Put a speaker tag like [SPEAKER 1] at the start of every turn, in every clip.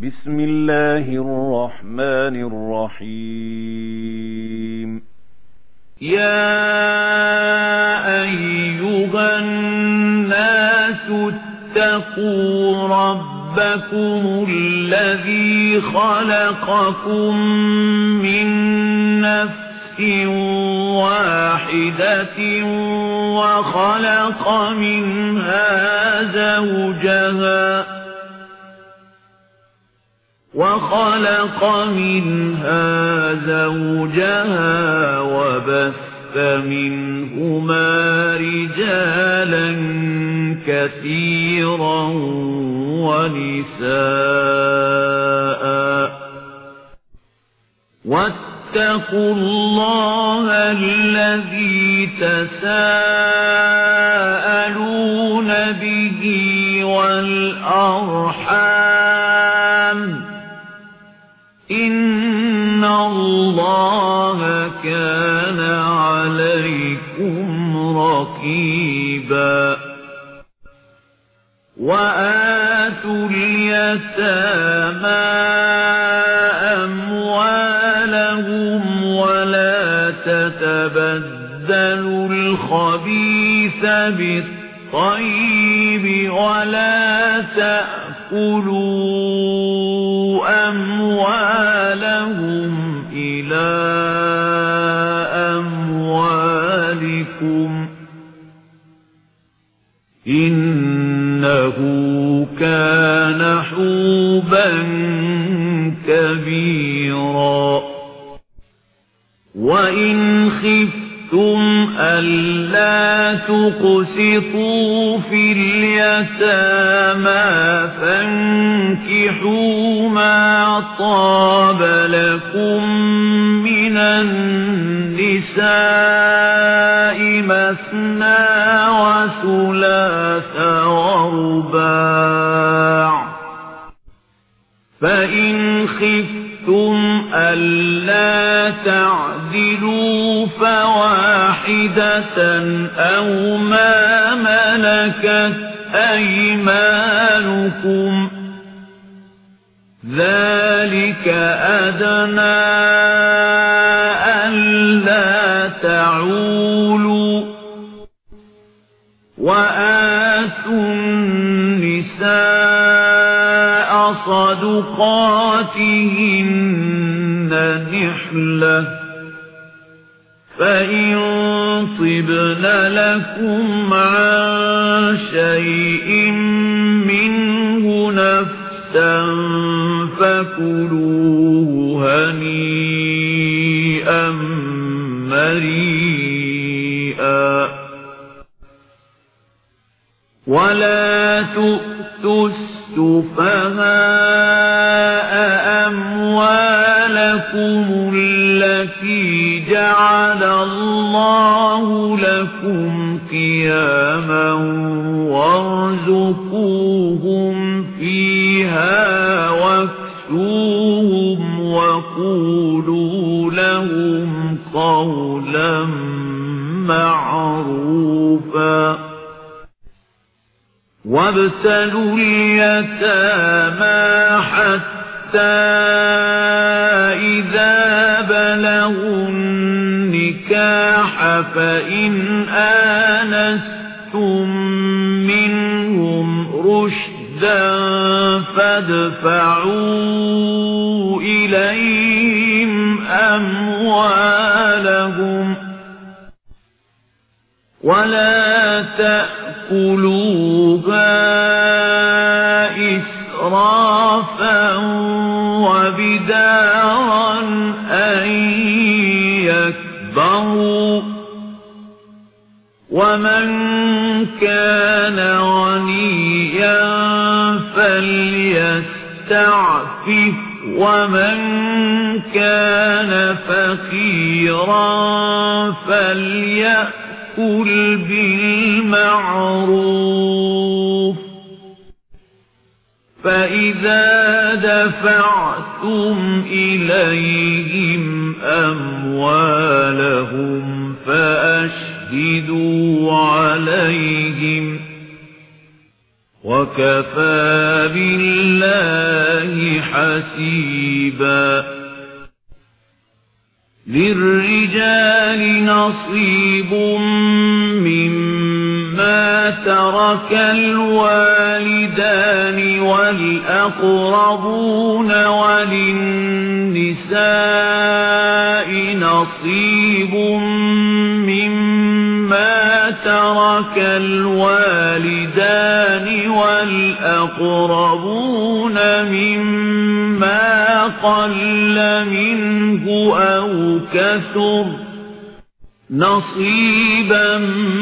[SPEAKER 1] بسم الله الرحمن الرحيم.
[SPEAKER 2] يا أيها الناس اتقوا ربكم الذي خلقكم من نفس واحدة وخلق منها زوجها وبث منهما رجالا كثيرا ونساء واتقوا الله الذي تساءلون به والأرحام إن الله كان عليكم رقيبا. وآتوا اليتامى أموالهم ولا تتبدلوا الخبيث بالطيب ولا تأكلوا أموالهم إلى أموالكم إنه كان حوبا كبيرا. وإن خفتم ألا تقسطوا في اليتامى فانكحوا ما طاب لكم من النساء مثنى وثلاث ورباع. فإن خفتم ألا تعدلوا فواحدة أو ما ملكت أيمانكم ذلك أدنى ألا تعولوا. وآتوا النساء صدقاتهن نحلة فإن طبن لكم عن شيء منه نفسا فكلوه هنيئا مريئا. ولا تؤتوا السفهاء أموالكم التي جعل الله لكم قياما وارزقوهم فيها واكسوهم وقولوا لهم قولا معروفا. وابتلوا اليتامى حتى إذا بلغوا النكاح فإن آنستم منهم رشدا فادفعوا إليهم أموالهم ولا تأكلوها إسرافا وبدارا أن يكبروا. ومن كان غنيا فليستعفف ومن كان فقيرا فليأكل بالمعروف. فإذا دفعتم إليهم أموالهم فأشهدوا عليهم وكفى بالله حسيبا للرجال نصيب مما ترك الوالدان والأقربون وللنساء نصيب مما ترك الوالدان والأقربون مما قل منه أو كثر نصيبا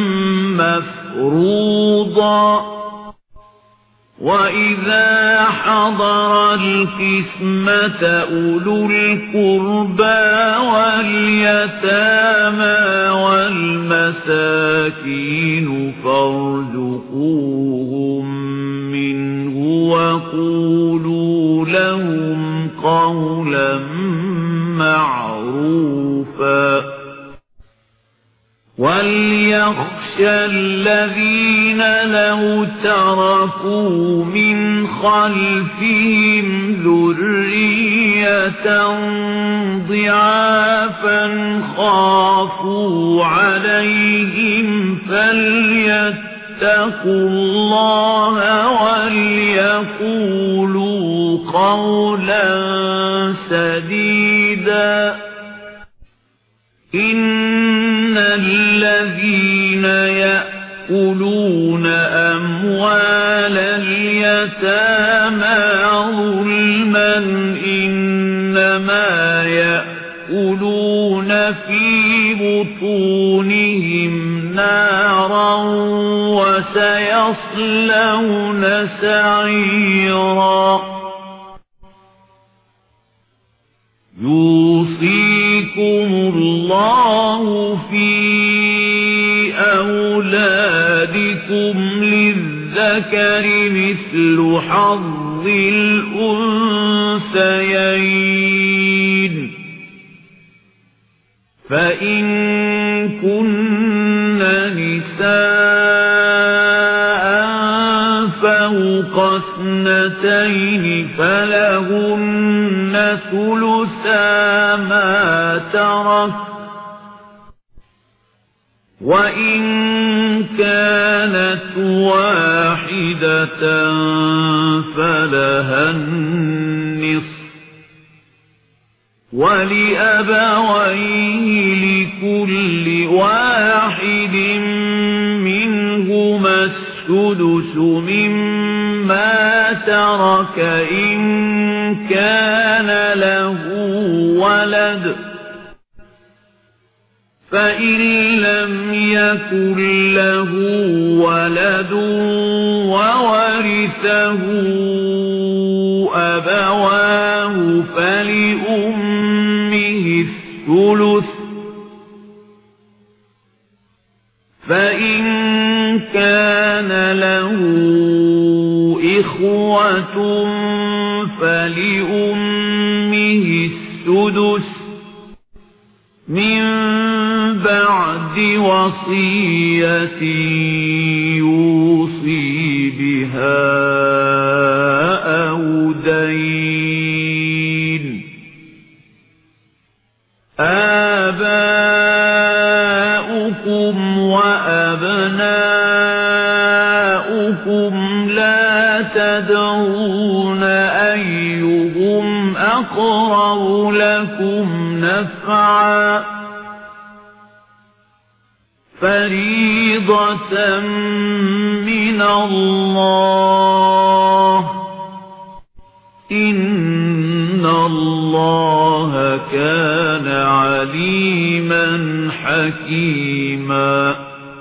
[SPEAKER 2] مفروضا وإذا حضر القسمة أولو القربى واليتامى والمساكين فارزقوهم منه وقولوا لهم قولا معروفا وليخشى الذين لو تركوا من خلفهم ذرية ضعافا خافوا عليهم فليتقوا الله وليقولوا قولا سديدا إن الذين يأكلون أموال اليتامى ظلما إنما يأكلون في بطونهم نارا وسيصلون سعيرا يوصيكم الله في أولادكم للذكر مثل حظ الأنثيين فإن كن نساء فوق اثنتين فلهن ثلثا ما ترك وإن كانت واحدة فلها النصف ولأبويه لكل واحد منهما السدس مما ترك إن كان له ولد فإن لم يكن له ولد وورثه أبواه فلأمه الثلث فإن كان له إخوة فلأمه السدس من بعد وصية يوصي بها أو دين آباؤكم وأبناؤكم لا تدرون أيهم أقرب لكم نفعا فريضة من الله إن الله كان عليما حكيما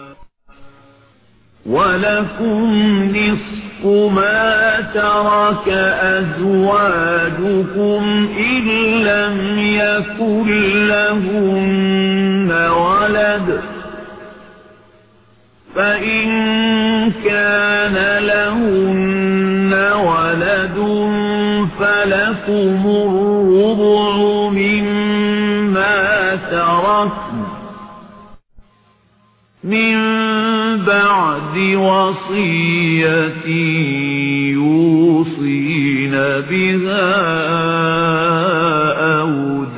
[SPEAKER 2] ولكم نصف ما ترك أزواجكم إن لم يكن لهن ولد فإن كان لهن ولد فلكم الربع مما تركن من بعد وصية يوصين بها أو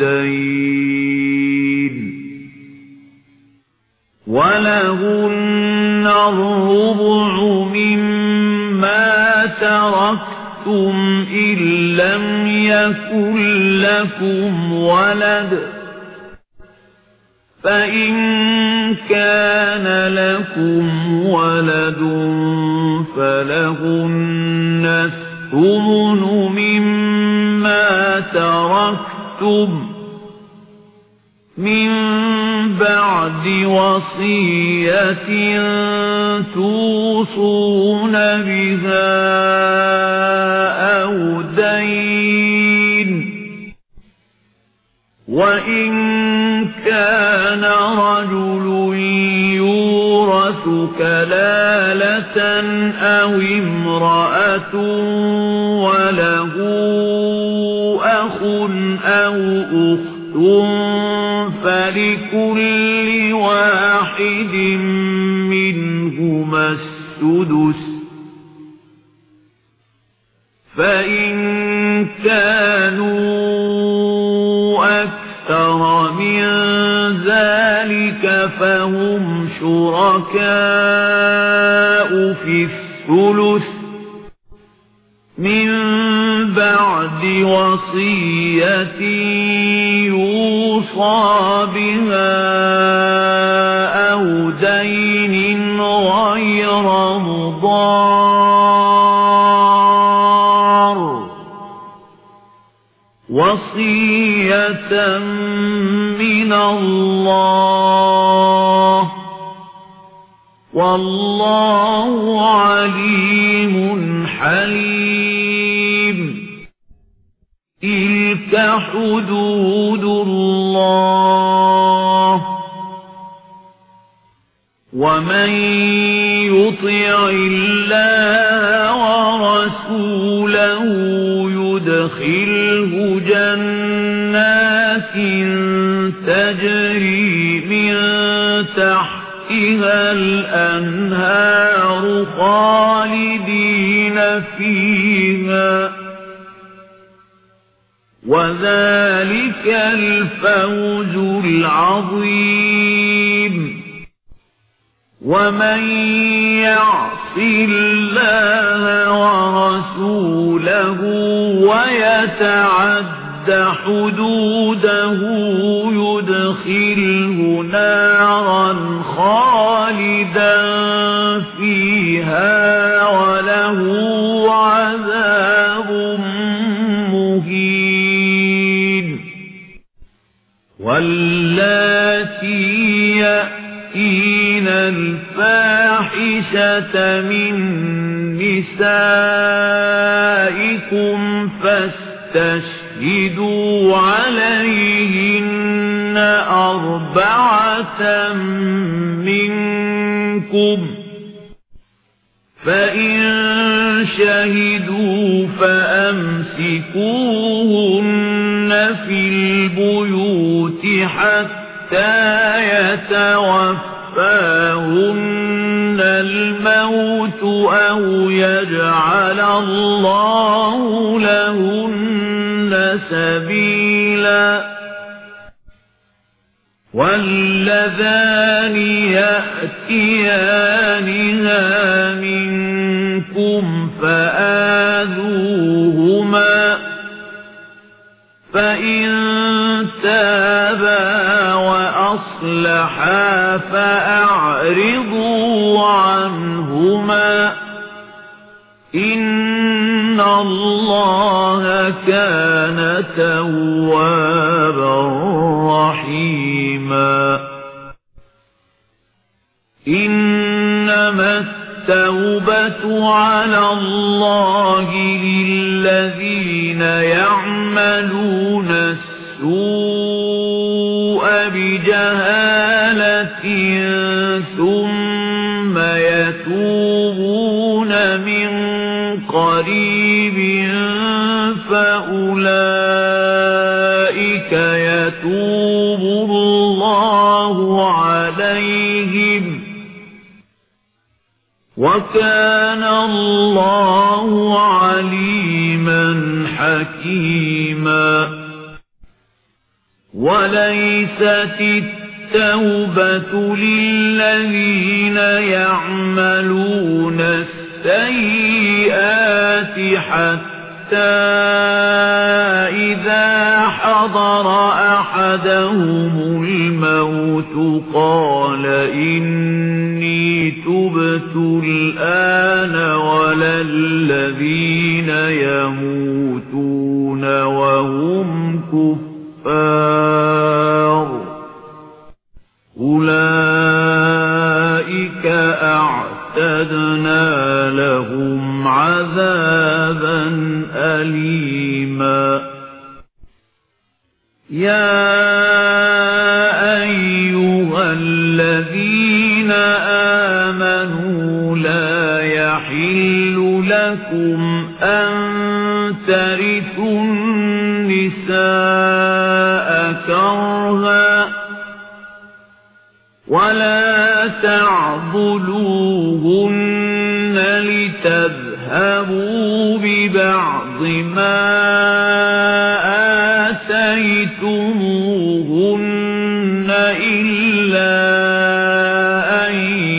[SPEAKER 2] دين ولهن الربع مما تركتم إن لم يكن لكم ولد فإن كان لكم ولد فلهن الثمن مما تركتم من بعد وصية توصون بها أو دين وإن كان رجل يورث كلالة أو امرأة وله أخ أو أخت فلكل واحد منهما السدس فإن كانوا أكثر من ذلك فهم شركاء في الثلث من بعد وصية يوصى بها أو دين غير مضار وصية من الله والله عليم حليم تلك حدود الله ومن يطع الله ورسوله يدخله جنات تجري من تحتها الأنهار خالدين فيها وذلك الفوز العظيم ومن يعص الله ورسوله ويتعد حدوده يدخله نارا خالدا فيها وله عذاب مهين واللاتي يأتين الفاحشة من نسائكم فاستشهدوا عليهن 4 منكم فإن شهدوا فأمسكوهن في البيوت حتى يتوفاهن الموت أو يجعل الله لهن سبيلا واللذان يأتيانها منكم فآذوهما فإن تابا وأصلحا فأعرضوا عنهما إن الله كان توابا رحيما إنما التوبة على الله للذين يعملون السوء بجهالة ثم يتوبون من قريب فأولئك يتوب الله عليهم وكان الله عليما حكيما وليست التوبة للذين يعملون السيئات حتى إذا حضر أحدهم الموت قال إني تبت الآن ولا الذين يموتون وهم كفار أولئك أعتدنا لهم عذابا أليما يا أيها الذين آمنوا لا يحل لكم أن ترثوا النساء كرها ولا تعضلوهن لتذهبوا ببعض ما آتيتموهن إلا أن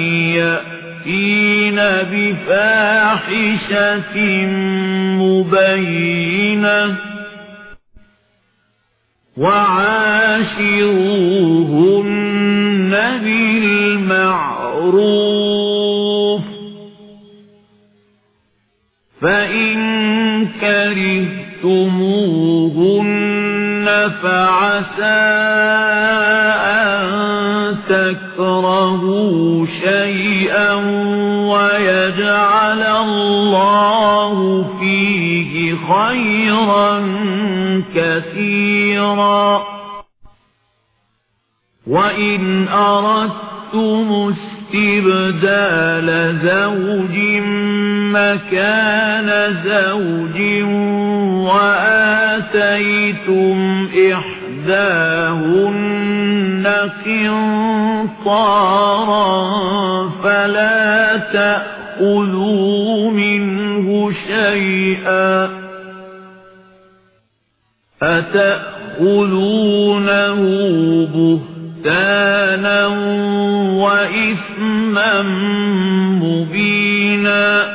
[SPEAKER 2] يأتين بفاحشة مبينة وعاشروهن بالمعروف فإن كرهتموهن فعسى أن تكرهوا شيئا ويجعل الله فيه خيرا كثيرا وإن أردتم استبدال زوج مكان زوج وآتيتم إحداهن قنطارا فلا تأخذوا منه شيئا أتأخذونه بهتانا وإثما مبينا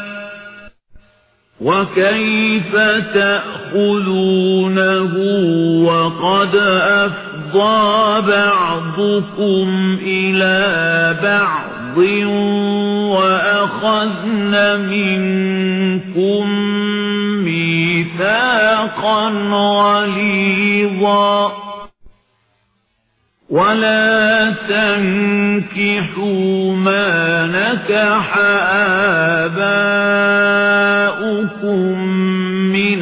[SPEAKER 2] وكيف تأخذونه وقد أفضى بعضكم إلى بعض وأخذن منكم ميثاقا غليظا ولا تنكحوا ما نكح آباؤكم من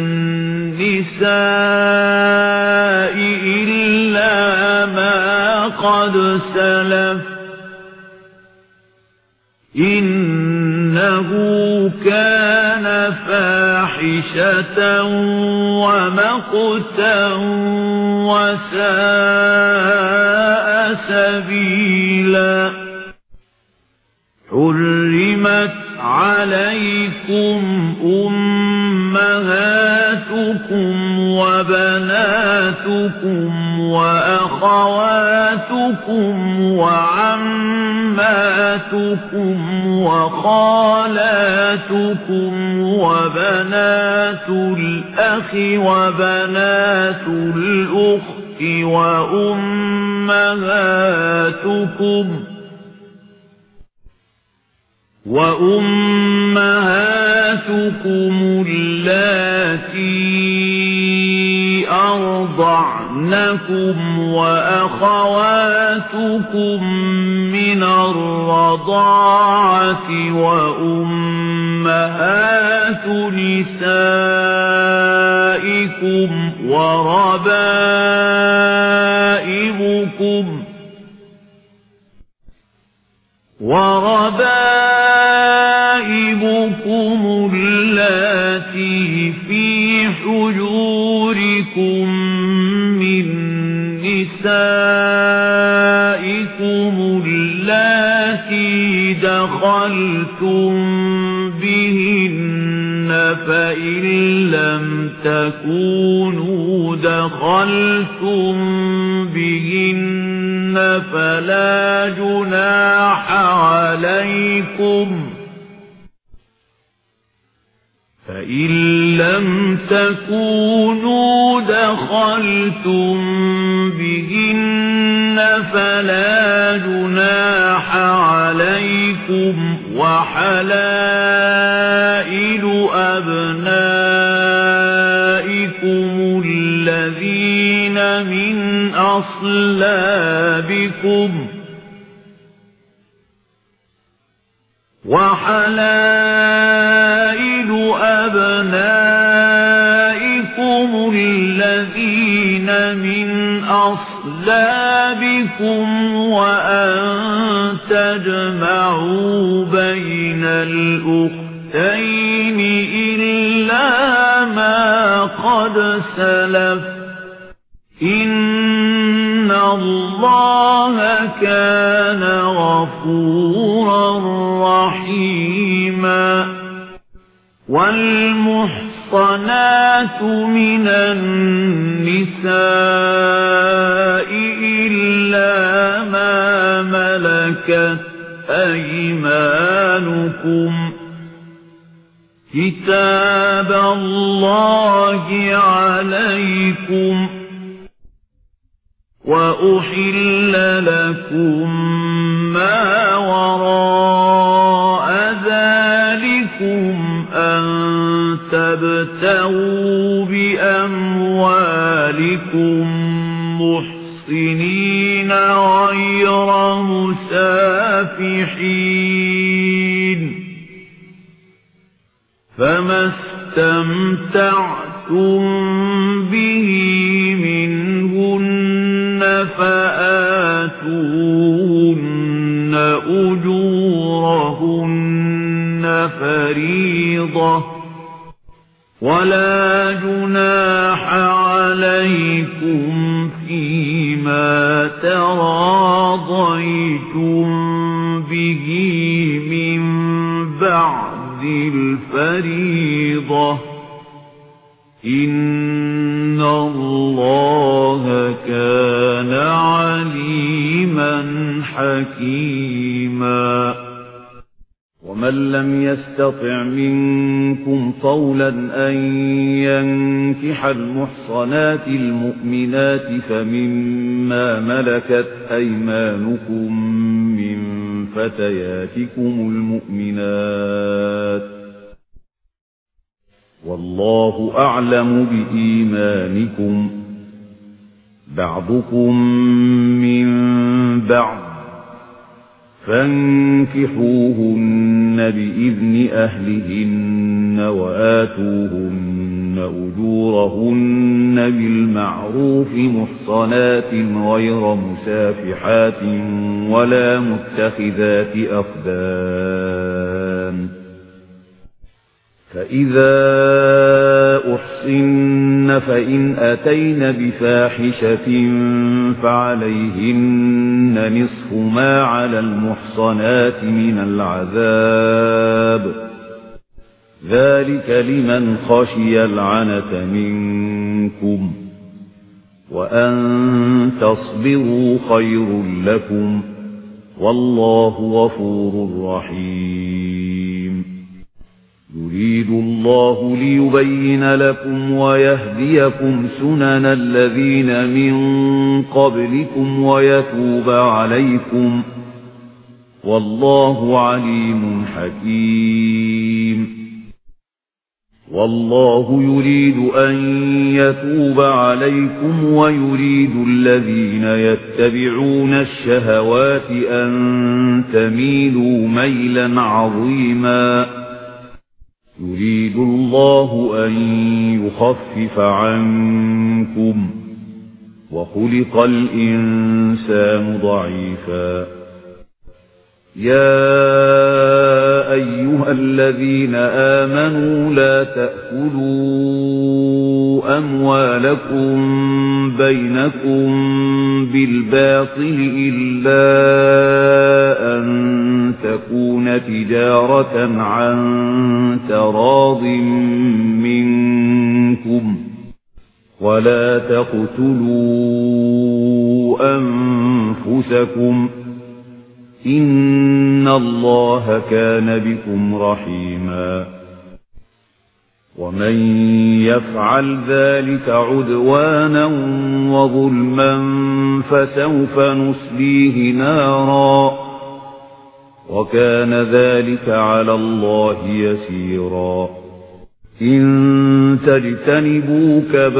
[SPEAKER 2] النساء إلا ما قد سلف إنه كان فاحشة ومقتا وساء سبيلا حرمت عليكم أمهاتكم وبناتكم وأخواتكم وعماتكم وخالاتكم وبنات الأخ وبنات الأخت وأمهاتكم اللاتي أرضعنكم وأخواتكم من الرضاعة وأمهات نسائكم وربائبكم اللاتي في حجوركم من نسائكم اللاتي دخلتم بهن فإن لم تكونوا دخلتم بهن فلا جناح عليكم فإن لم تكونوا دخلتم بهن فلا جناح عليكم وحلائل أبنائكم الذين من أصلابكم الذين من أصلابكم وأن تجمعوا بين الأختين إلا ما قد سلف إن الله كان غفورا رحيما والمحصنات من النساء إلا ما ملكت أيمانكم كتاب الله عليكم وأحل لكم ما وراء ذلكم أن تبتغوا بأموالكم محصنين غير مسافحين فما استمتعتم به منهن فآتوهن أجورهن فريضة ولا جناح عليكم فيما تراضيتم به من بعد الفريضة إن الله كان عليما حكيما ومن لم يستطع منكم طولا أن ينكح المحصنات المؤمنات فمما ملكت أيمانكم من فتياتكم المؤمنات والله أعلم بإيمانكم بعضكم من بعض فانكحوهن بإذن أهلهن وآتوهن أجورهن بالمعروف محصنات غير مسافحات ولا متخذات أخدان فإذا أحصن فإن أتين بفاحشة فعليهن نصف ما على المحصنات من العذاب ذلك لمن خشي العنة منكم وأن تصبروا خير لكم والله غفور رحيم يريد الله ليبين لكم ويهديكم سنن الذين من قبلكم ويتوب عليكم والله عليم حكيم والله يريد أن يتوب عليكم ويريد الذين يتبعون الشهوات أن تميلوا ميلا عظيما يريد الله أن يخفف عنكم وخلق الإنسان ضعيفا يا أيها الذين آمنوا لا تأكلوا أموالكم بينكم بالباطل إلا أن تكون تجارة عن تراض منكم ولا تقتلوا أنفسكم إن الله كان بكم رحيما ومن يفعل ذلك عدوانا وظلما فسوف نصليه نارا وكان ذلك على الله يسيرا إن تجتنبوا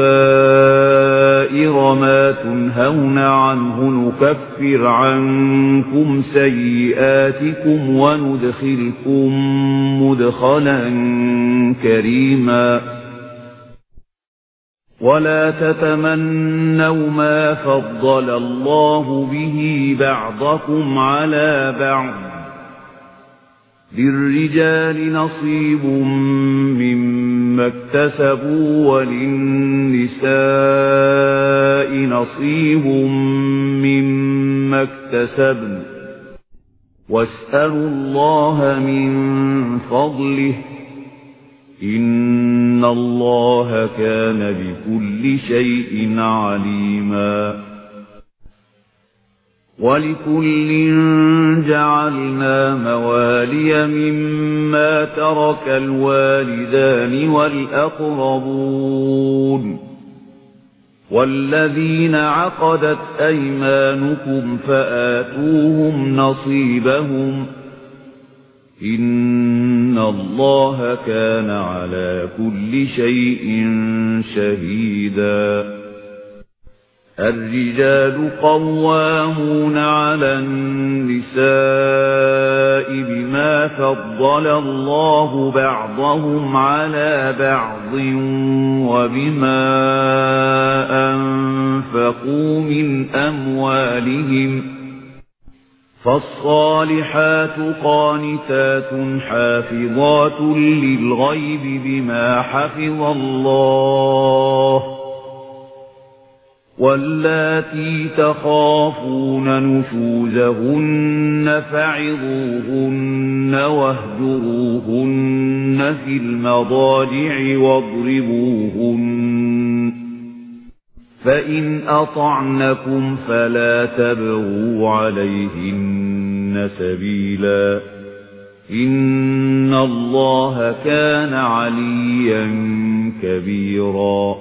[SPEAKER 2] كبائر ما تنهون عنه نكفر عنكم سيئاتكم وندخلكم مدخلا كريما ولا تتمنوا ما فضل الله به بعضكم على بعض للرجال نصيب مما اكتسبوا وللنساء نصيب مما اكتسبن واسألوا الله من فضله إن الله كان بكل شيء عليما ولكل جعلنا موالي مما ترك الوالدان والأقربون والذين عقدت أيمانكم فآتوهم نصيبهم إن الله كان على كل شيء شهيدا الرجال قوامون على النساء بما فضل الله بعضهم على بعض وبما أنفقوا من أموالهم فالصالحات قانتات حافظات للغيب بما حفظ الله واللاتي تخافون نشوزهن فعظوهن واهجروهن في المضاجع واضربوهن فإن أطعنكم فلا تبغوا عليهن سبيلا إن الله كان عليا كبيرا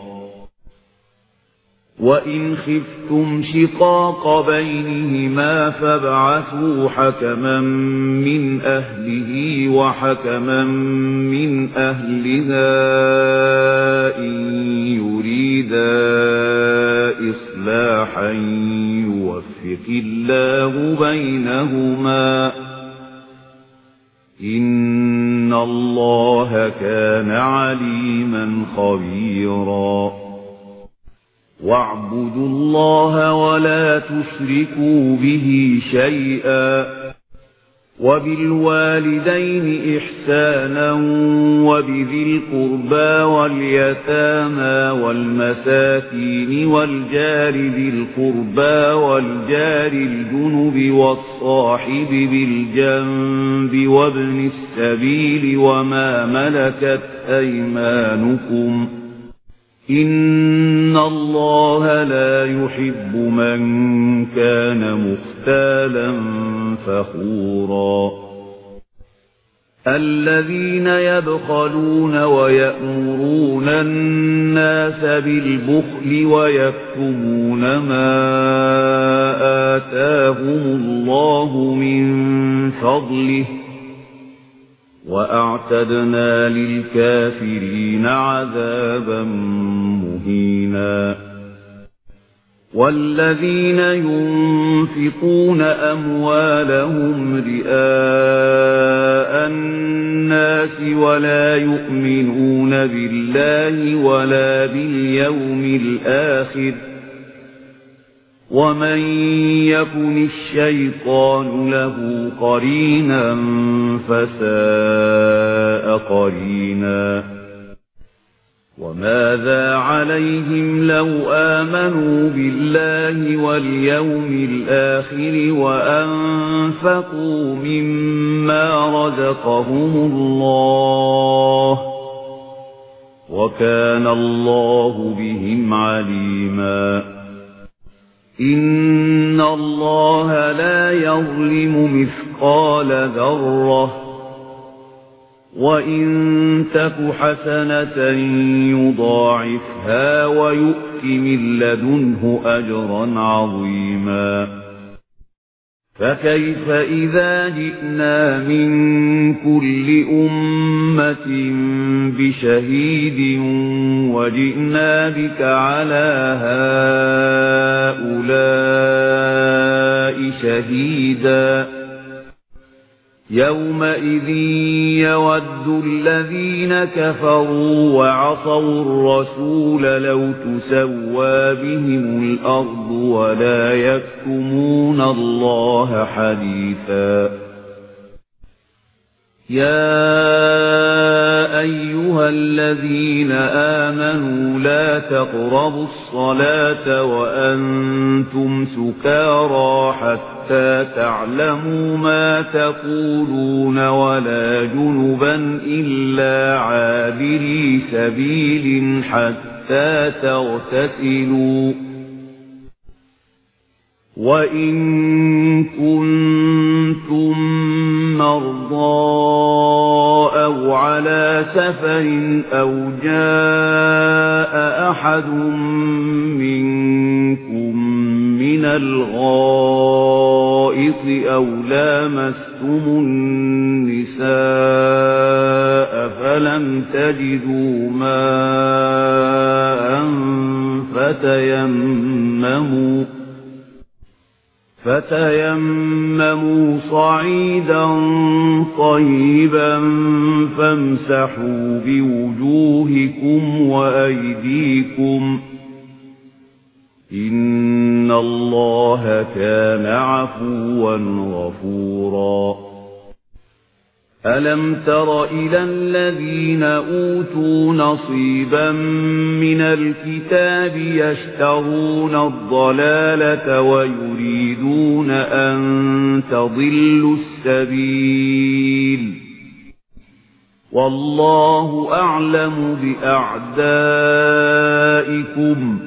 [SPEAKER 2] وإن خفتم شقاق بينهما فابعثوا حكما من أهله وحكما من أهلها إن يريدا إصلاحا يوفق الله بينهما إن الله كان عليما خبيرا واعبدوا الله ولا تشركوا به شيئا وبالوالدين إحسانا وبذي القربى واليتامى والمساكين والجار ذي القربى والجار الجنب والصاحب بالجنب وابن السبيل وما ملكت أيمانكم إن الله لا يحب من كان مختالا فخورا الذين يبخلون ويأمرون الناس بالبخل ويكتمون ما آتاهم الله من فضله وأعتدنا للكافرين عذابا مهينا والذين ينفقون أموالهم رئاء الناس ولا يؤمنون بالله ولا باليوم الآخر ومن يكن الشيطان له قرينا فساء قرينا وماذا عليهم لو آمنوا بالله واليوم الآخر وأنفقوا مما رزقهم الله وكان الله بهم عليما إن الله لا يظلم مثقال ذرة وإن تك حسنة يضاعفها ويؤت من لدنه أجرا عظيما فكيف إذا جئنا من كل أمة بشهيد وجئنا بك على هؤلاء شهيدا يومئذ يود الذين كفروا وعصوا الرسول لو تسوى بهم الأرض ولا يكتمون الله حديثا يا أيها الذين آمنوا لا تقربوا الصلاة وأنتم سكارى حتى تعلموا ما تقولون ولا جنبا إلا عابري سبيل حتى تغتسلوا وإن كنتم مرضى أو على سفر أو جاء أحد منكم من الغائط أو لامستم النساء فلم تجدوا ماء فتيمموا صعيدا طيبا فامسحوا بوجوهكم وأيديكم إن الله كان عفوا غفورا ألم تر إلى الذين أوتوا نصيبا من الكتاب يشترون الضلالة ويريدون أن تضلوا السبيل والله أعلم بأعدائكم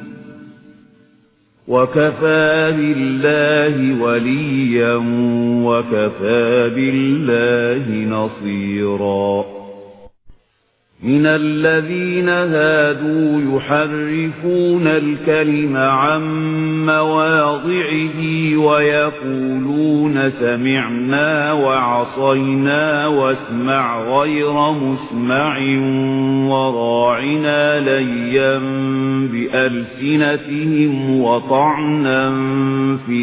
[SPEAKER 2] وكفى بالله وليا وكفى بالله نصيرا من الذين هادوا يحرفون الكلم عن مواضعه ويقولون سمعنا وعصينا واسمع غير مسمع وراعنا ليا بألسنتهم وطعنا في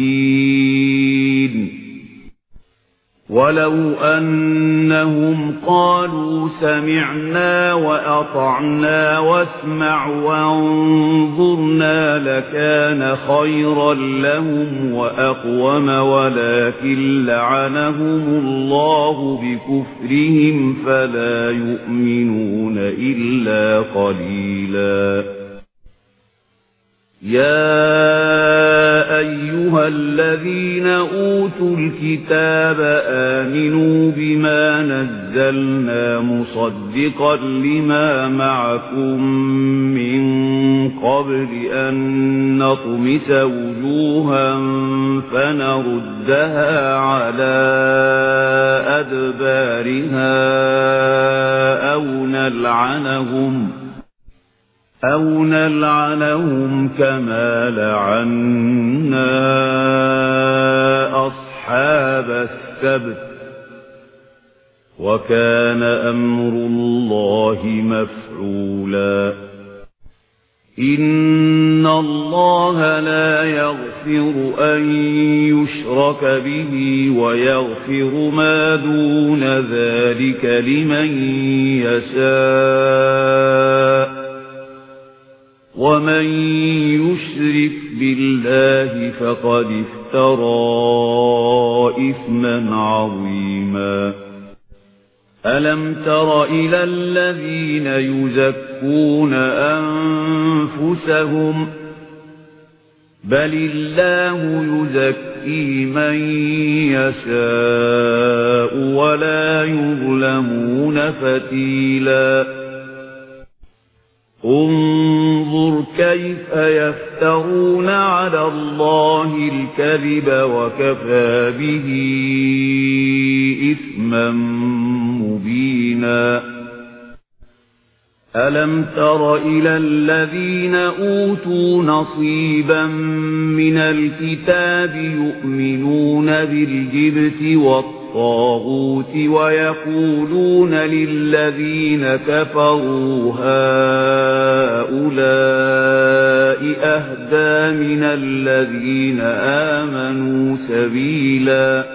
[SPEAKER 2] الدين ولو أنهم قالوا سمعنا وأطعنا واسمع وانظرنا لكان خيرا لهم وأقوم ولكن لعنهم الله بكفرهم فلا يؤمنون إلا قليلا يا أيها الذين أوتوا الكتاب آمنوا بما نزلنا مصدقا لما معكم من قبل أن نطمس وجوها فنردها على أدبارها أو نلعنهم كما لعنا أصحاب السبت وكان أمر الله مفعولا إن الله لا يغفر أن يشرك به ويغفر ما دون ذلك لمن يشاء ومن يشرك بالله فقد افترى إثما عظيما ألم تر إلى الذين يزكون أنفسهم بل الله يزكي من يشاء ولا يظلمون فتيلا انظر كيف يفترون على الله الكذب وكفى به إثما مبينا ألم تر إلى الذين أوتوا نصيبا من الكتاب يؤمنون بالجبت والطاغوت ويقولون للذين كفروا هؤلاء أهدى من الذين آمنوا سبيلا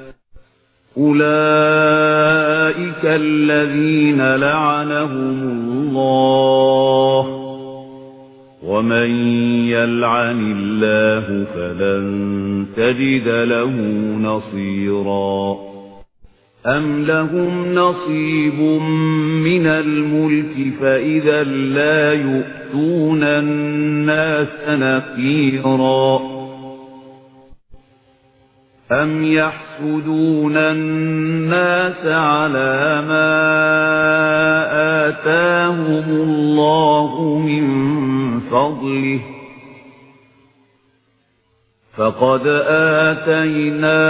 [SPEAKER 2] أولئك الذين لعنهم الله ومن يلعن الله فلن تجد له نصيرا أم لهم نصيب من الملك فإذا لا يؤتون الناس نقيرا أم يحسدون الناس على ما آتاهم الله من فضله فقد آتينا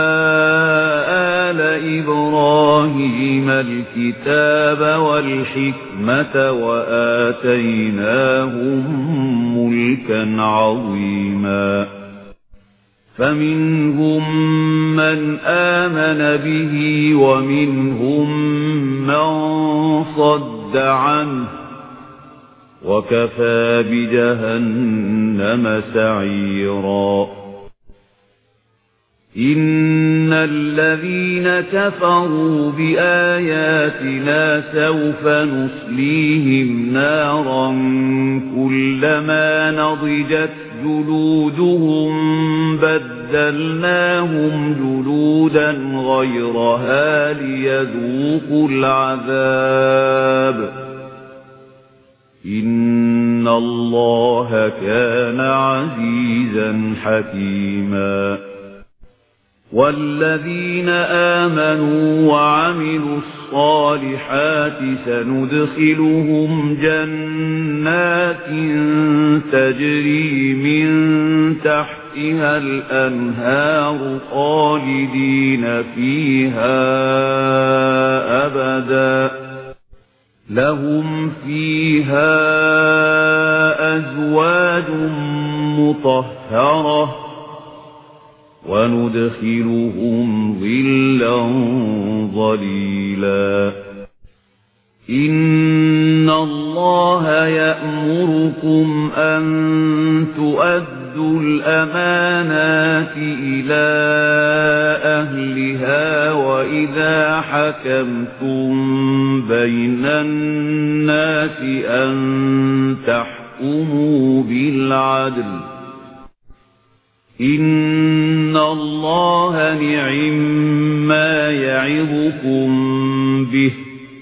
[SPEAKER 2] آل إبراهيم الكتاب والحكمة وآتيناهم ملكا عظيما فمنهم من آمن به ومنهم من صد عنه وكفى بجهنم سعيرا إن الذين كفروا بآياتنا سوف نصليهم نارا كلما نضجت جلودهم بدلناهم جلودا غيرها ليذوقوا العذاب إن الله كان عزيزا حكيما والذين آمنوا وعملوا الصالحات سندخلهم جنات تجري من تحتها الأنهار خالدين فيها أبدا لهم فيها أزواج مطهرة وندخلهم ظلا ظليلا إن الله يأمركم أن تؤدوا الأمانات إلى أهلها وإذا حكمتم بين الناس أن تحكموا بالعدل إن الله نعما يعظكم به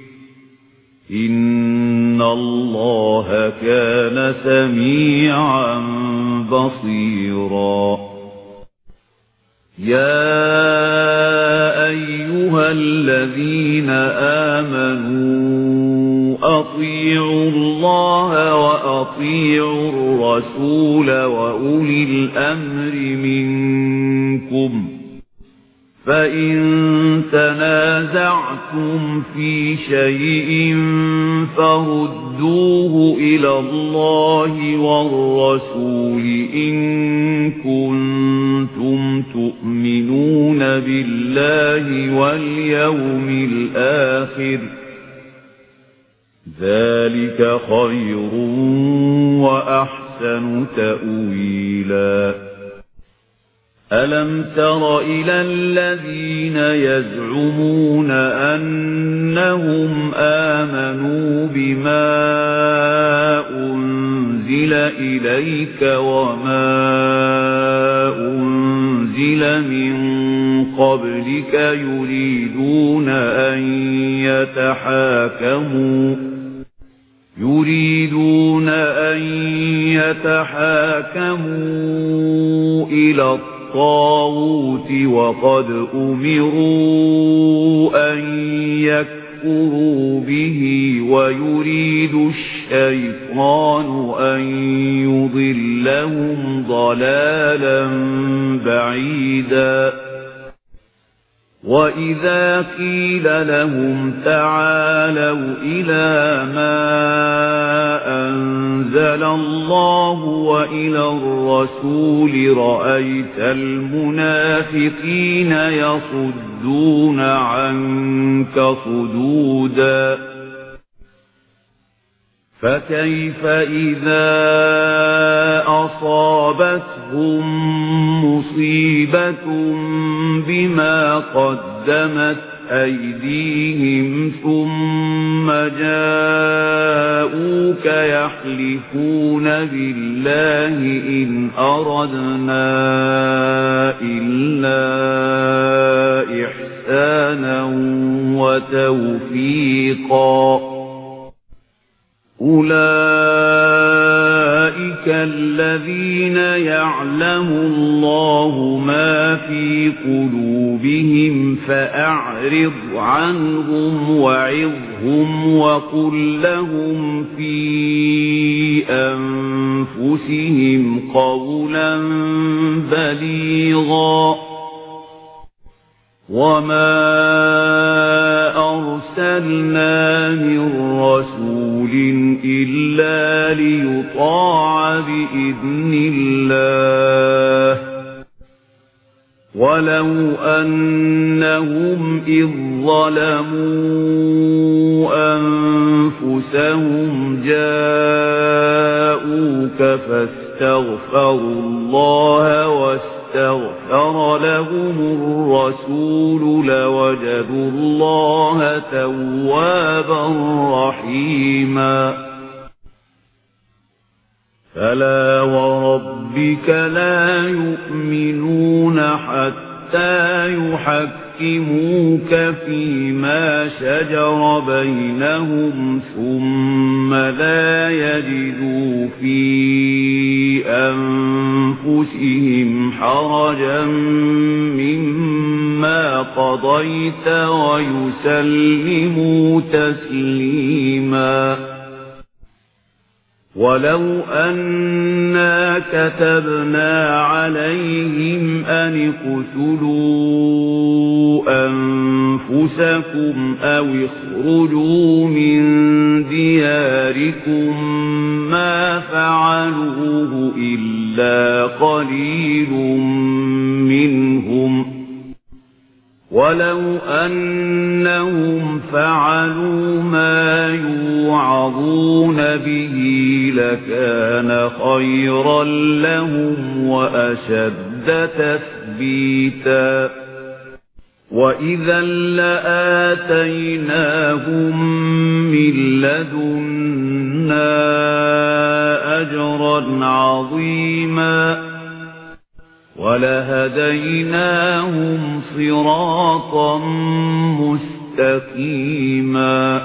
[SPEAKER 2] إن الله كان سميعا بصيرا يا أيها الذين آمنوا أطيعوا الله وأطيعوا الرسول وأولي الأمر منكم فإن تنازعتم في شيء فردوه إلى الله والرسول إن كنتم تؤمنون بالله واليوم الآخر ذلك خير وأحسن تأويلا ألم تر إلى الذين يزعمون أنهم آمنوا بما أنزل إليك وما أنزل من قبلك يريدون أن يتحاكموا إلى الطاغوت وقد أمروا أن يكفروا به ويريد الشيطان أن يضلهم ضلالا بعيدا وإذا قيل لهم تعالوا إلى ما أنزل الله وإلى الرسول رأيت المنافقين يصدون عنك صدودا فكيف إذا أصابتهم مصيبة بما قدمت أيديهم ثم جاءوك يحلفون بالله إن أردنا إلا إحسانا وتوفيقا أولئك الذين يعلم الله ما في قلوبهم فأعرض عنهم وعظهم وقل لهم في أنفسهم قولا بليغا وما أرسلنا من رسول إلا ليطاع بإذن الله ولو أنهم إذ ظلموا أنفسهم جاءوك فاستغفروا الله واستغفر لهم الرسول لوجدوا الله توابا رحيما فلا وربك لا يؤمنون حتى يحكموك فيما شجر بينهم ثم لا يجدوا في أنفسهم حرجا مما قضيت ويسلموا تسليما ولو أنا كتبنا عليهم أن اقتلوا أنفسكم أو اخرجوا من دياركم ما فعلوه إلا قليل منهم ولو أنهم فعلوا ما يوعظون به لكان خيرا لهم وأشد تثبيتا وإذا لآتيناهم من لدنا أجرا عظيما ولهديناهم صراطا مستقيما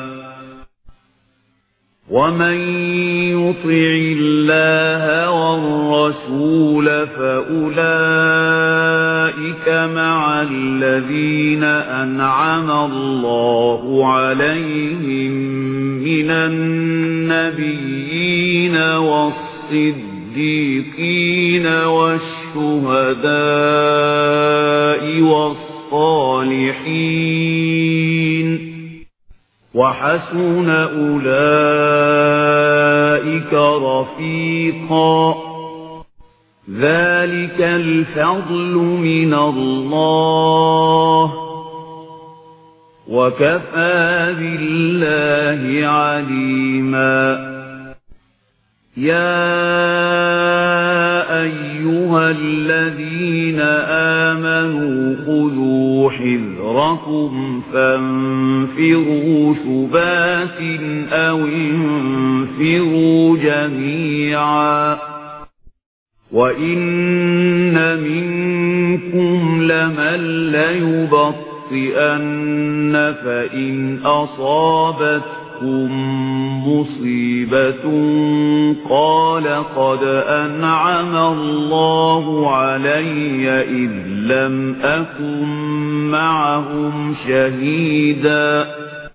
[SPEAKER 2] ومن يطع الله والرسول فأولئك مع الذين أنعم الله عليهم من النبيين والصديقين والشهداء والصالحين وحسن أولئك رفيقا ذلك الفضل من الله وكفى بالله عليما يا أيها الذين آمنوا خذوا حذركم فانفروا ثبات أو انفروا جميعا وَإِنَّ مِنكُمْ لَمَن لَّيُبَطِّئَنَّ فَإِنْ أَصَابَتْكُم مُّصِيبَةٌ قَالَ قَدْ أَنْعَمَ اللَّهُ عَلَيَّ إِذْ لَمْ أَكُن مَّعَهُمْ شَهِيدًا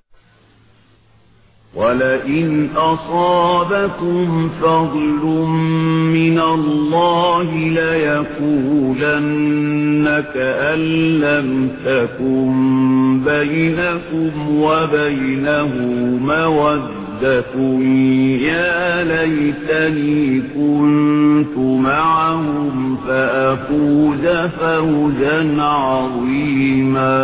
[SPEAKER 2] وَلَئِنْ أَصَابَكُمْ فَضْلٌ مِّنَ اللَّهِ لَيَقُولَنَّ كَأَن لَّمْ تَكُن بَيْنَكُمْ وَبَيْنَهُ مَوَدَّةٌ يَا لَيْتَنِي كُنتُ مَعَهُمْ فَأَفُوزَ فَوْزًا عَظِيمًا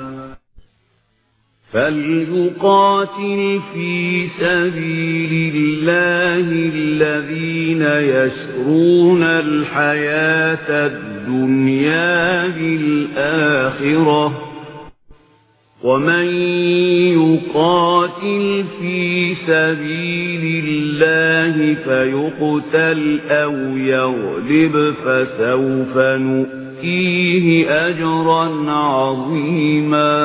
[SPEAKER 2] فَلْيُقَاتِلْ فِي سَبِيلِ اللَّهِ الَّذِينَ يَشْرُونَ الْحَيَاةَ الدُّنْيَا بِالْآخِرَةِ وَمَن يُقَاتِلْ فِي سَبِيلِ اللَّهِ فَيُقْتَلْ أَوْ يَغْلِبْ فَسَوْفَ نُؤْتِيهِ أَجْرًا عَظِيمًا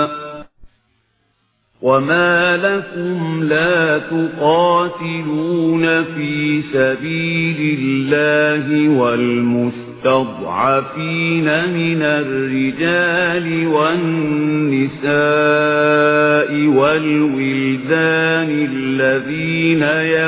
[SPEAKER 2] وَمَا لَكُمْ لَا تُقَاتِلُونَ فِي سَبِيلِ اللَّهِ وَالْمُسْتَضْعَفِينَ مِنَ الرِّجَالِ وَالنِّسَاءِ وَالْوِلْدَانِ الَّذِينَ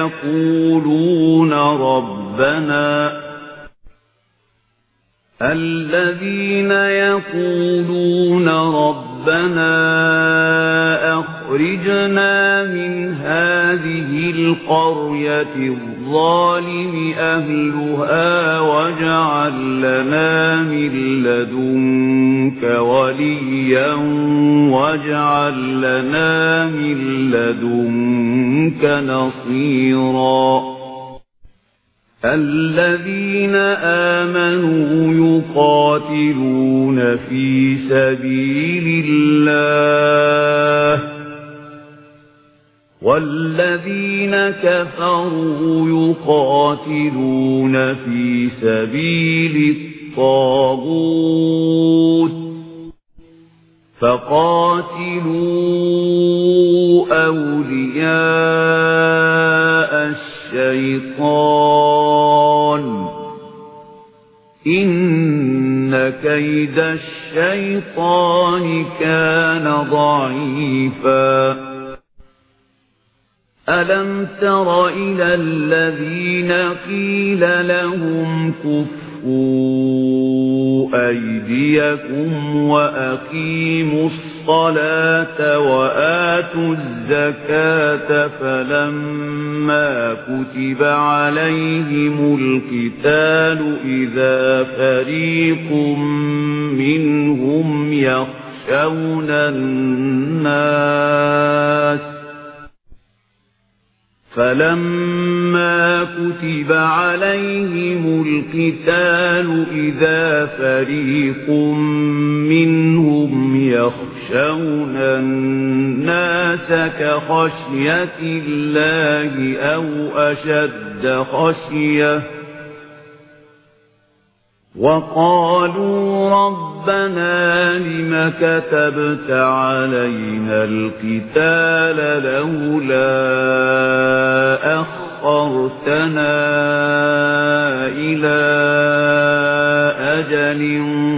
[SPEAKER 2] يَقُولُونَ رَبَّنَا أَخْرِجْنَا مِنْ هَذِهِ الْقَرْيَةِ الظَّالِمِ أَهْلُهَا وَاجْعَل لَّنَا مِن لَّدُنكَ وَلِيًّا وَاجْعَل لَّنَا مِن لَّدُنكَ نَصِيرًا الَّذِينَ آمَنُوا يُقَاتِلُونَ فِي سَبِيلِ اللَّهِ وَالَّذِينَ كَفَرُوا يُقَاتِلُونَ في سَبِيلِ الطَّاغُوتِ فَقَاتِلُوا أَوْلِيَاءَ الشَّيْطَانِ إِنَّ كَيْدَ الشَّيْطَانِ كَانَ ضَعِيفًا أَلَمْ تَرَ إِلَى الَّذِينَ قِيلَ لَهُمْ كُفُّوا أَيْدِيَكُمْ وَأَقِيمُوا الصَّلَاةَ وَآتُوا الزَّكَاةَ فَلَمَّا كُتِبَ عَلَيْهِمُ الْقِتَالُ إِذَا فَرِيقٌ منهم يخشون الناس فَلَمَّا كُتِبَ عَلَيْهِمُ الْقِتَالُ إِذَا فَرِيقٌ مِّنْهُمْ يَخْشَوْنَ النَّاسَ كَخَشْيَةِ اللَّهِ أَوْ أَشَدَّ خَشْيَةً وَقَالُوا رَبَّنَا لِمَ كَتَبْتَ عَلَيْنَا الْقِتَالَ لَوْلَا أَخَّرْتَنَا إِلَى أَجَلٍ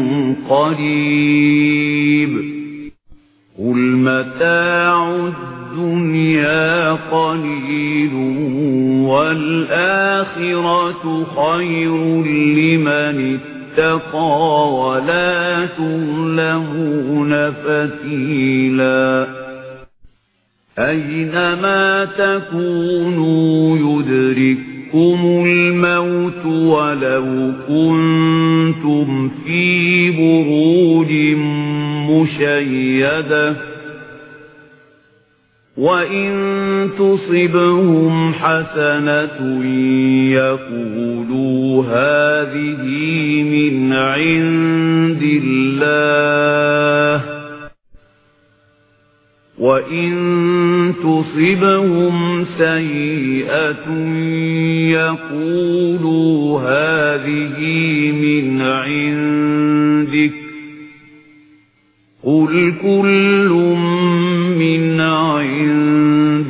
[SPEAKER 2] قَرِيبٍ قُلْ مَتَاعُ الدُّنْيَا قَلِيلٌ وَالْآخِرَةُ خَيْرٌ لِّمَنِ اتَّقَىٰ وَلَا تُظْلَمُونَ فَتِيلًا أَيْنَمَا تَكُونُوا يُدْرِككُّمُ الْمَوْتُ وَلَوْ كُنتُمْ فِي بُرُوجٍ مُّشَيَّدَةٍ وَإِن تُصِبْهُمْ حَسَنَةٌ يَقُولُوا هَٰذِهِ مِنْ عِندِ اللَّهِ وَإِن تُصِبْهُمْ سَيِّئَةٌ يَقُولُوا هذه من عندك قل كل من عند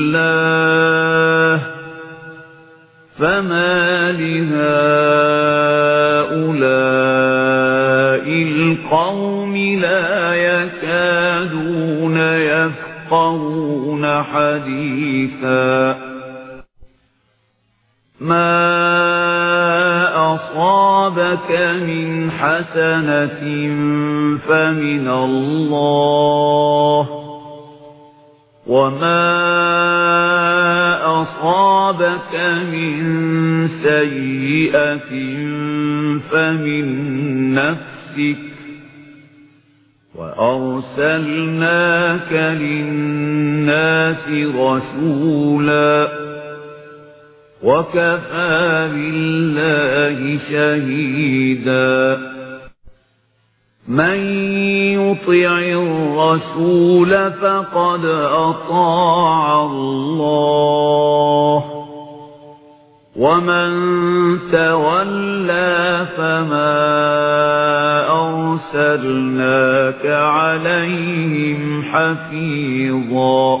[SPEAKER 2] الله فما لهؤلاء القوم لا يكادون يفقهون حديثا ما أصابك من حسنة فمن الله وما أصابك من سيئة فمن نفسك وأرسلناك للناس رسولا وكفى بالله شهيدا من يطع الرسول فقد أطاع الله ومن تولى فما أرسلناك عليهم حفيظا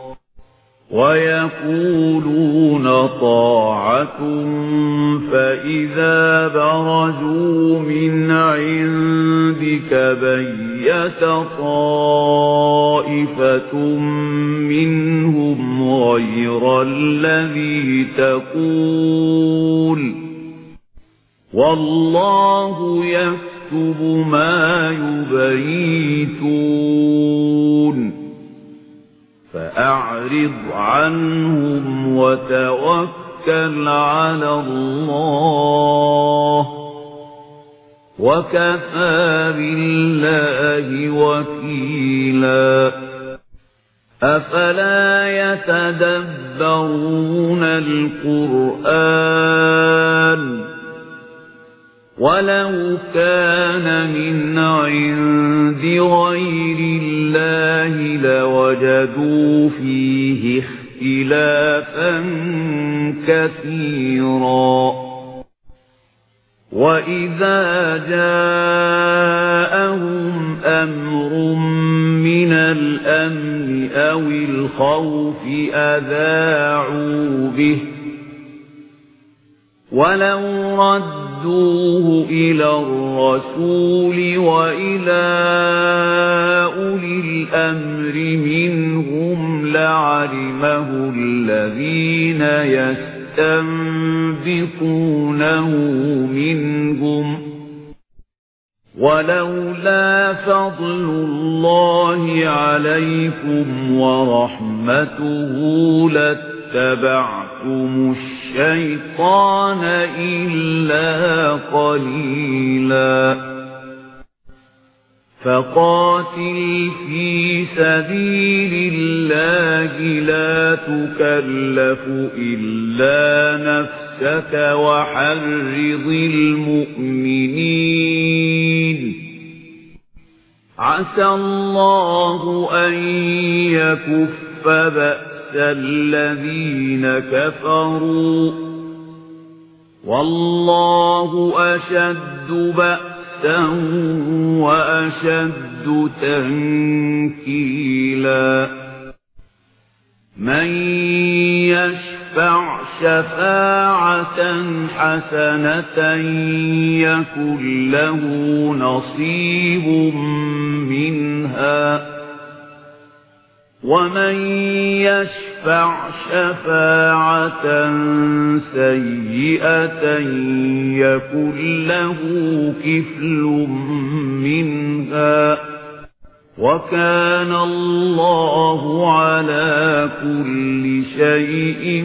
[SPEAKER 2] ويقولون طاعة فإذا برزوا من عندك بيت طائفة منهم غير الذي تقول والله يكتب ما يبيتون فأعرض عنهم وتوكل على الله وكفى بالله وكيلا أفلا يتدبرون القرآن ولو كان من عند غير الله لوجدوا فيه اختلافا كثيرا وإذا جاءهم أمر من الأمن أو الخوف أذاعوا به ولو ردوه إلى الرسول وإلى أولي الأمر منهم لعلمه الذين يستنبطونه منهم ولولا فضل الله عليكم ورحمته لاتبعتم الشيطان إلا قليلا فقاتل في سبيل الله لا تكلف إلا نفسك وحرض المؤمنين عسى الله أن يكف بأس الذين كفروا والله أشد بأسا وأشد تنكيلا من يشفع شفاعة حسنة يكن له نصيب منها ومن يشفع شفاعة سيئة يكن له كفل منها وكان الله على كل شيء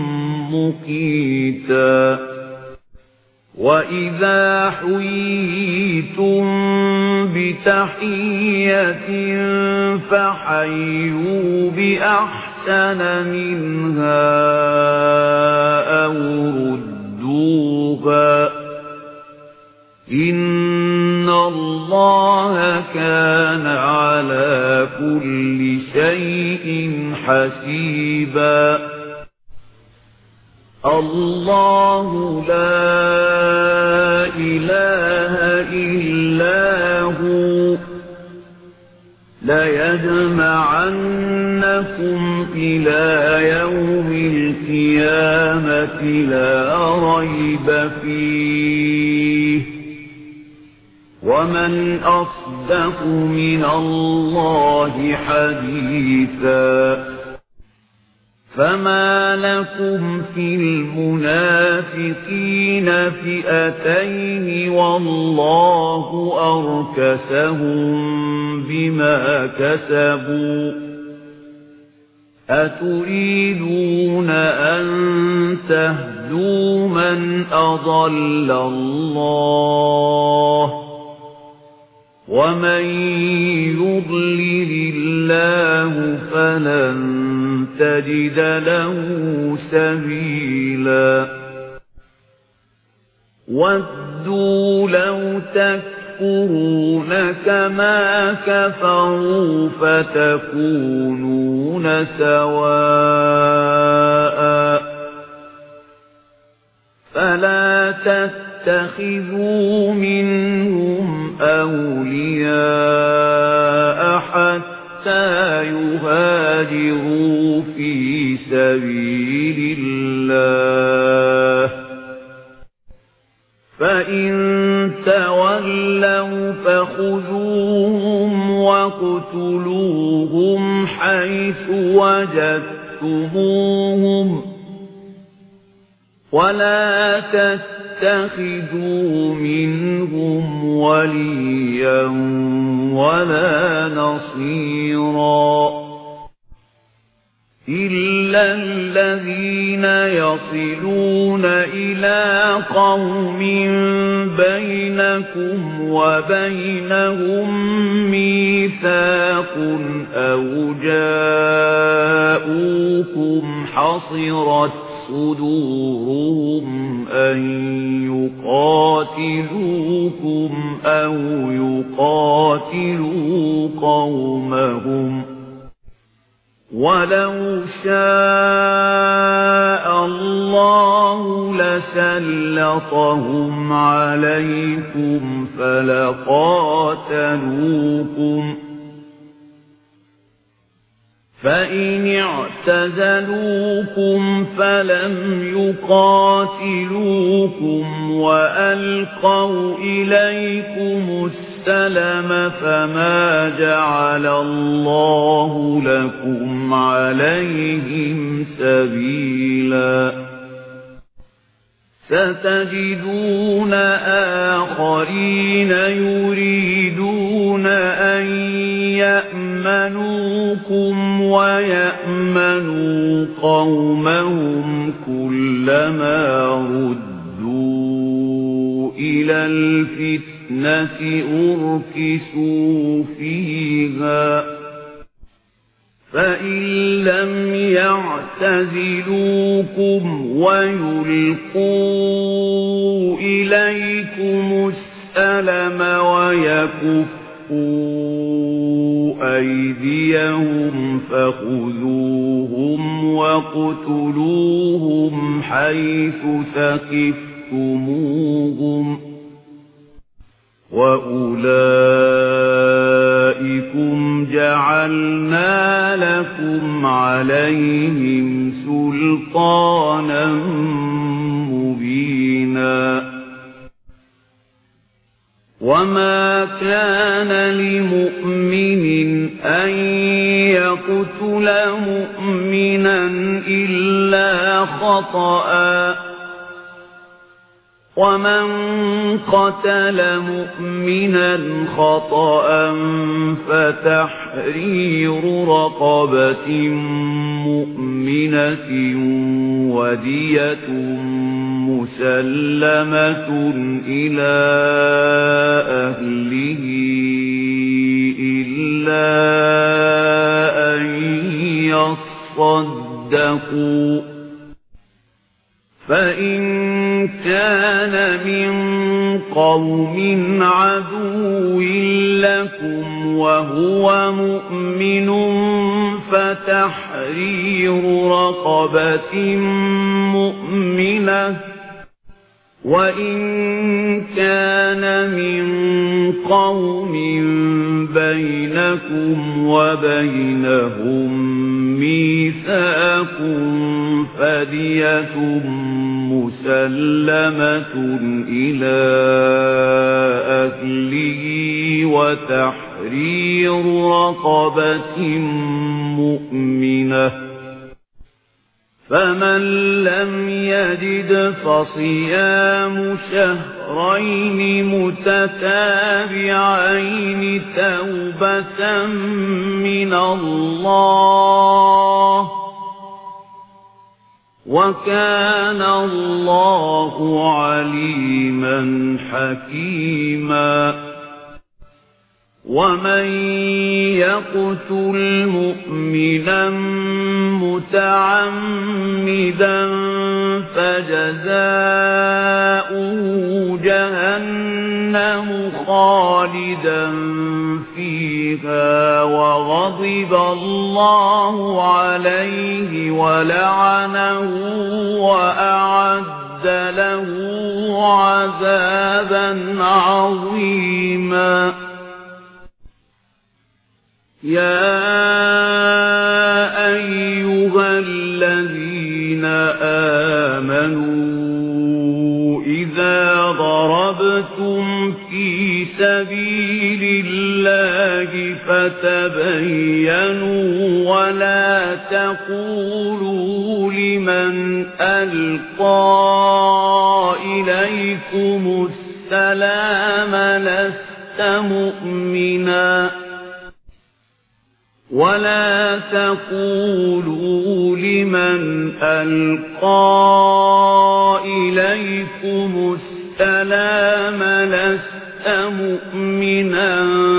[SPEAKER 2] مقيتا وإذا حييتم بتحية فحيوا بأحسن منها أو ردوها إن الله كان على كل شيء حسيبا الله لا إله إلا هو ليجمعنكم إلى يوم القيامة لا ريب فيه ومن أصدق من الله حديثا فما لكم في المنافقين فئتين والله أركسهم بما كسبوا أتريدون أن تهدوا من أضل الله ومن يضلل الله فلن تجد له سبيلا ودوا لو تكفرون كما كفروا فتكونون سواء فلا تتخذوا منهم أولياء حتى يهاجروا في سبيل الله فإن تولوا فخذوهم واقتلوهم حيث وجدتموهم ولا تتخذوا منهم وليا ولا نصيرا إلا الذين يصلون إلى قوم بينكم وبينهم ميثاق أو جاءوكم حصرت صدورهم أن يقاتلوكم أو يقاتلوا قومهم ولو شاء الله لسلطهم عليكم فلقاتلوكم فإن اعتزلوكم فلم يقاتلوكم وألقوا إليكم السلم فما جعل الله لكم عليهم سبيلا ستجدون آخرين يريدون أن يأمنوكم ويأمنوا قومهم كلما ردوا إلى الفتنة أركسوا فيها فإن لم يعتزلوكم ويلقوا إليكم السلم ويكفوا أيديهم فخذوهم واقتلوهم حيث ثقفتموهم وأولئكم جعلنا لكم عليهم سلطانا مبينا وما كان لمؤمن أن يقتل مؤمنا إلا خطأ ومن قتل مؤمنا خطأ فتحرير رقبة مؤمنة ودية مسلمة إلى أهله إلا أن يصدقوا فإن كان من قوم عدو لكم وهو مؤمن فتحرير رقبة مؤمنة وإن كان من قوم بينكم وبينهم ميثاق فدية مسلمة إلى أهله وتحرير رقبة مؤمنة فمن لم يجد فصيام شهرين متتابعين توبة من الله وكان الله عليما حكيما ومن يقتل مؤمنا متعمدا فجزاؤه جهنم خالدا فيها وغضب الله عليه ولعنه وأعد له عذابا عظيما يا أيها الذين آمنوا إذا ضربتم في سبيل الله فتبينوا ولا تقولوا لمن ألقى إليكم السلام لست مؤمنا ولا تقولوا لمن ألقى إليكم السلام لست مؤمنا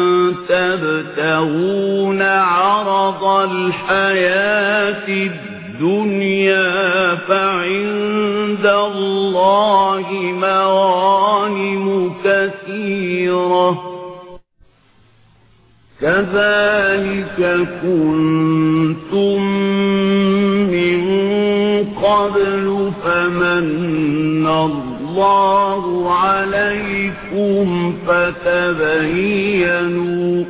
[SPEAKER 2] تبتغون عرض الحياة الدنيا فعند الله مغانم كثيرة كذلك كنتم من قبل فمن الله عليكم فتبينوا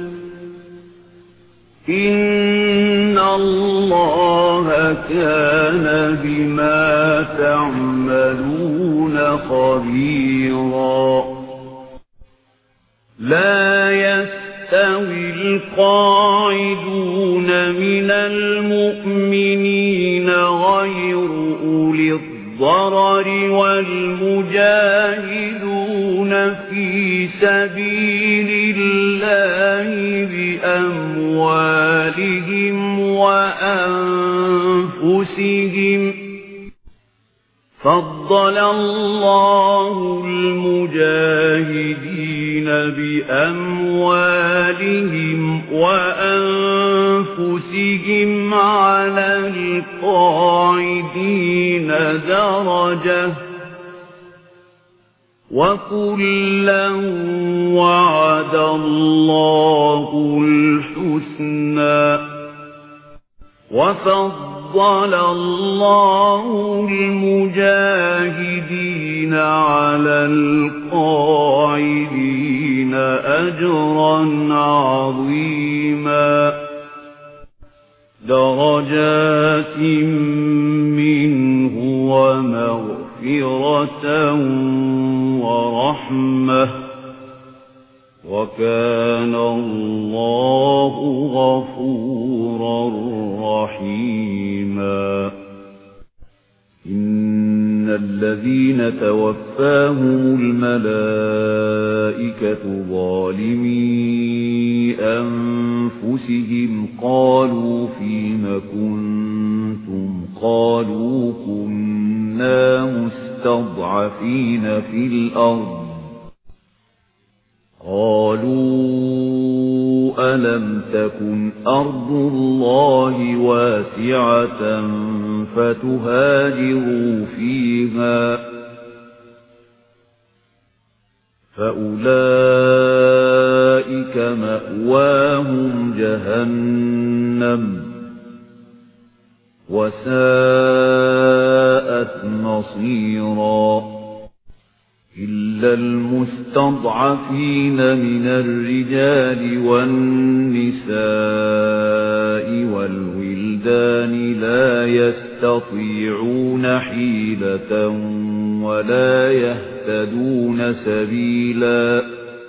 [SPEAKER 2] إن الله كان بما تعملون خبيرا لا يستوي القاعدون من المؤمنين غير أولي الضرر والمجاهدون في سبيل الله بأموالهم وأنفسهم فضل الله المجاهدين بأموالهم وأنفسهم على القاعدين درجة وكلا وعد الله الحسنى وفضل الله المجاهدين على القاعدين أجرا عظيما درجات منه ومغفرة ورحمة وكان الله غفورا رحيما إن الذين توفاهم الملائكة ظالمي أنفسهم قالوا فيم كنتم قالوا كنا مستضعفين في الأرض قالوا ألم تكن أرض الله واسعة فتهاجروا فيها فأولئك مأواهم جهنم وساءت مصيرا إلا المستضعفين من الرجال والنساء والولدان لا يستطيعون حيلة ولا يهتدون سبيلا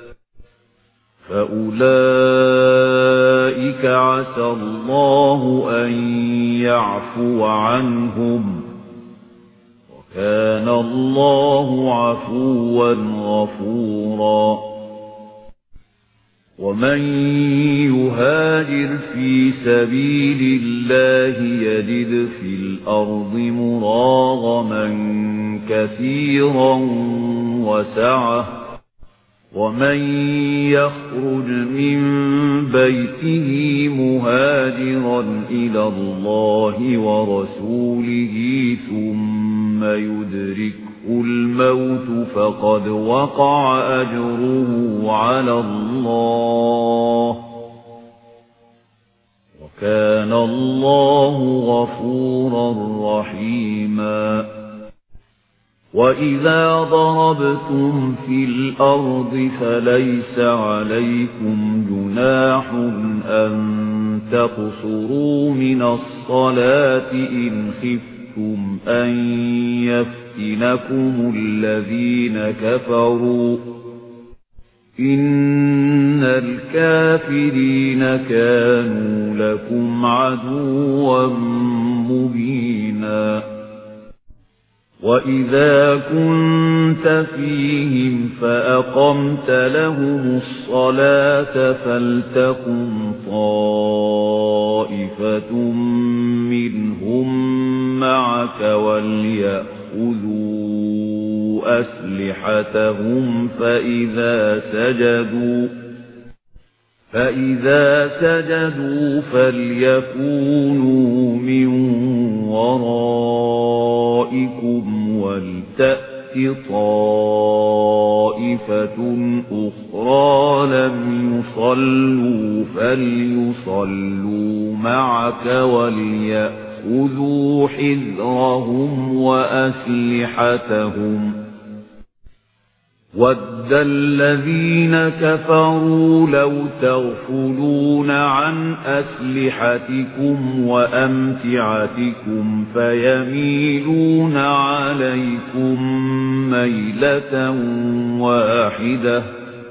[SPEAKER 2] فأولئك عسى الله أن يعفو عنهم وكان الله عفوا غفورا ومن يهاجر في سبيل الله يجد في الأرض مراغما كثيرا وسعة ومن يخرج من بيته مهاجرا إلى الله ورسوله ثم يدركه الموت فقد وقع أجره على الله وكان الله غفورا رحيما وإذا ضربتم في الأرض فليس عليكم جناح أن تقصروا من الصلاة إن خفتم أن يفتنكم الذين كفروا إن الكافرين كانوا لكم عدوا مبينا وإذا كنت فيهم فأقمت لهم الصلاة فلتقم طائفة منهم معك وليأخذوا أسلحتهم فإذا سجدوا فليكونوا من ورائكم ولتأت طائفة أخرى لم يصلوا فليصلوا معك وليأخذوا حذرهم وأسلحتهم وَدَّ الَّذِينَ كَفَرُوا لَوْ تَغْفُلُونَ عَنْ أَسْلِحَتِكُمْ وَأَمْتِعَتِكُمْ فَيَمِيلُونَ عَلَيْكُمْ مَيْلَةً وَاحِدَةً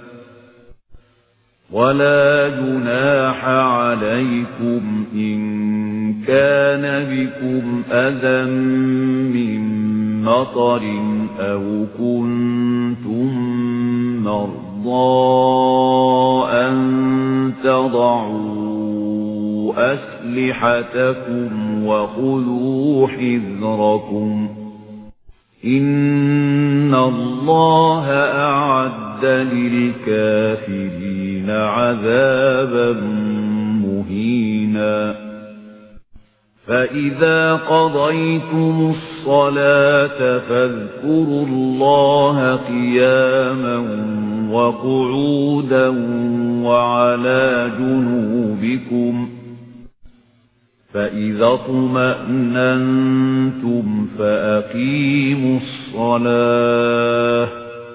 [SPEAKER 2] وَلَا جُنَاحَ عَلَيْكُمْ إِن كَانَ بِكُمْ أَذًى مِّن مطر أو كنتم مرضى أن تضعوا أسلحتكم وخذوا حذركم إن الله أعد للكافرين عذابا مهينا فإذا قضيتم الصلاة فاذكروا الله قياما وقعودا وعلى جنوبكم فإذا اطمأننتم فأقيموا الصلاة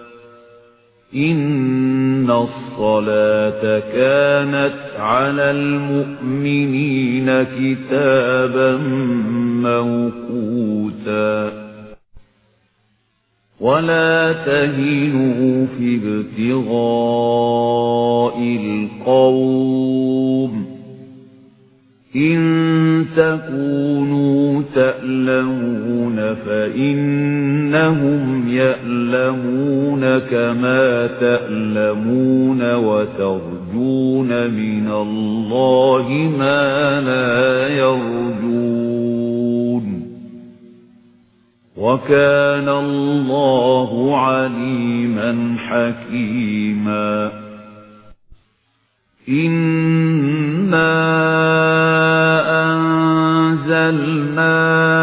[SPEAKER 2] إن الصلاة كانت على المؤمنين كتابا موقوتا ولا تهنوا في ابتغاء القوم إن تكونوا تألمون فإنهم يألمون كما تألمون وترجون من الله ما لا يرجون وكان الله عليما حكيما إنا أنزلنا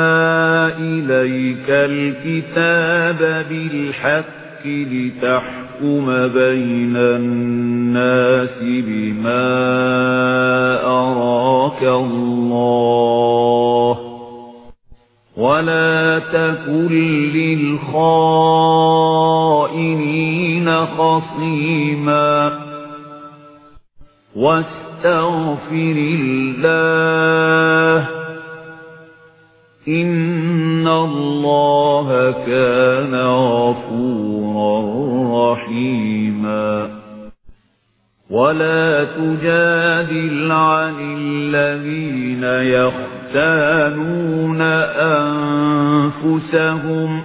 [SPEAKER 2] إليك الكتاب بالحق لتحكم بين الناس بما أراك الله ولا تكن للخائنين خصيما واستغفر الله إن الله كان غفورا رحيما ولا تجادل عن الذين يختانون أنفسهم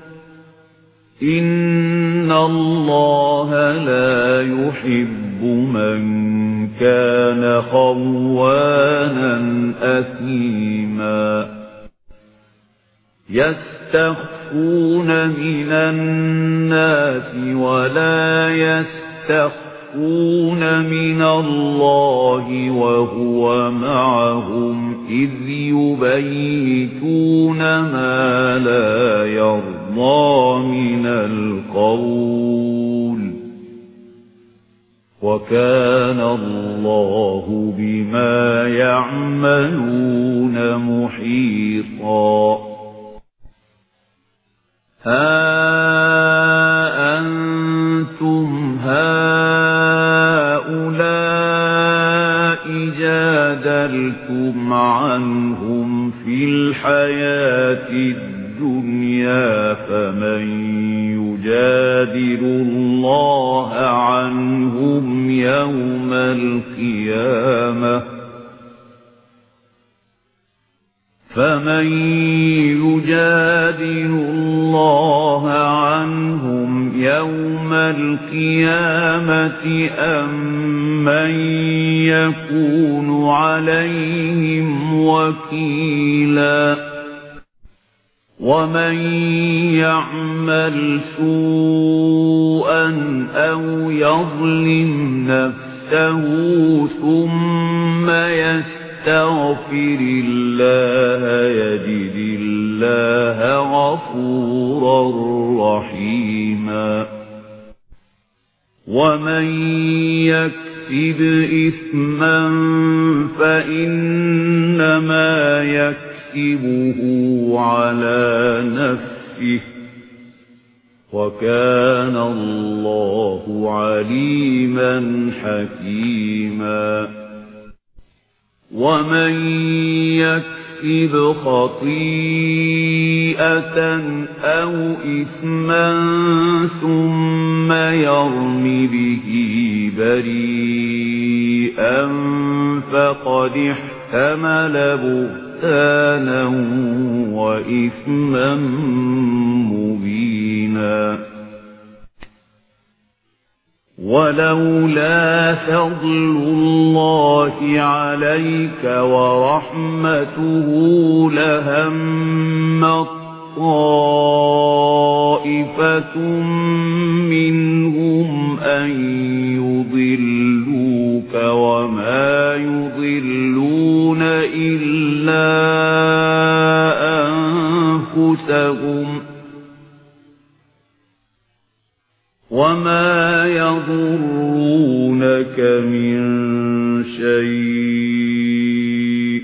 [SPEAKER 2] إن الله لا يحب من كان خوانا أثيما يستخفون من الناس ولا يستخفون من الله وهو معهم إذ يبيتون ما لا يرضى من القول وكان الله بما يعملون محيطا ها أنتم هؤلاء جادلتم عنهم في الحياة الدنيا فمن يجادل الله عنهم يوم القيامة فمن يجادل الله عنهم يوم القيامة أم من يكون عليهم وكيلا ومن يعمل سوءا أو يظلم نفسه ثم يستغفر الله يجد الله غفورا رحيما ومن يكسب إثما فإنما يكسبه على نفسه وكان الله عليما حكيما ومن يكسب خطيئة أو إثما ثم يرم به بريئا فقد احتمل بهتانا وإثما مبينا ولولا فضل الله عليك ورحمته لهم طائفة منهم أن يضلوك وما يضلون إلا أنفسهم وما يضرونك من شيء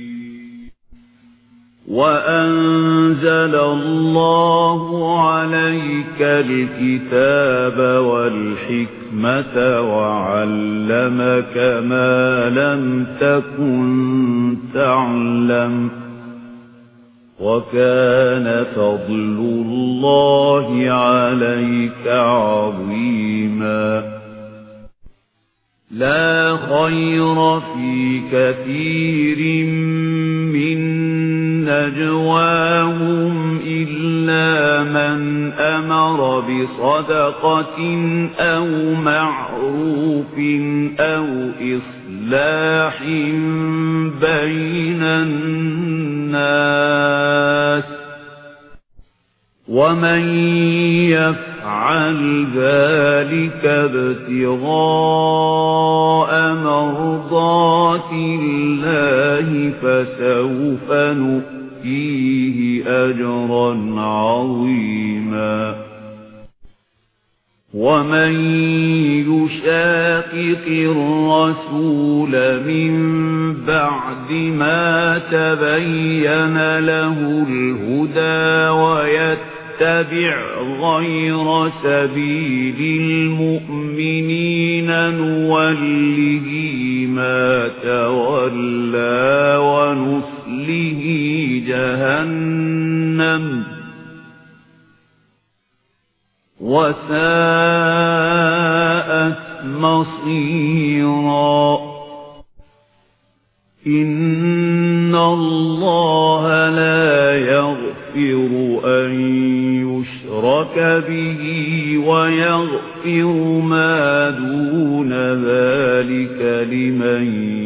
[SPEAKER 2] وأنزل الله عليك الكتاب والحكمة وعلمك ما لم تكن تعلم وكان فضل الله عليك عظيما لا خير في كثير من نجواهم إلا من أمر بصدقة أو معروف أو إصلاح بين الناس ومن يفعل ذلك ابتغاء مرضات الله فسوف نؤتيه أجرا عظيما ومن يشاقق الرسول من بعد ما تبين له الهدى ويتبع غير سبيل المؤمنين نوله ما تولى ونصله جهنم وساءت مصيرا إن الله لا يغفر أن يشرك به ويغفر ما دون ذلك لمن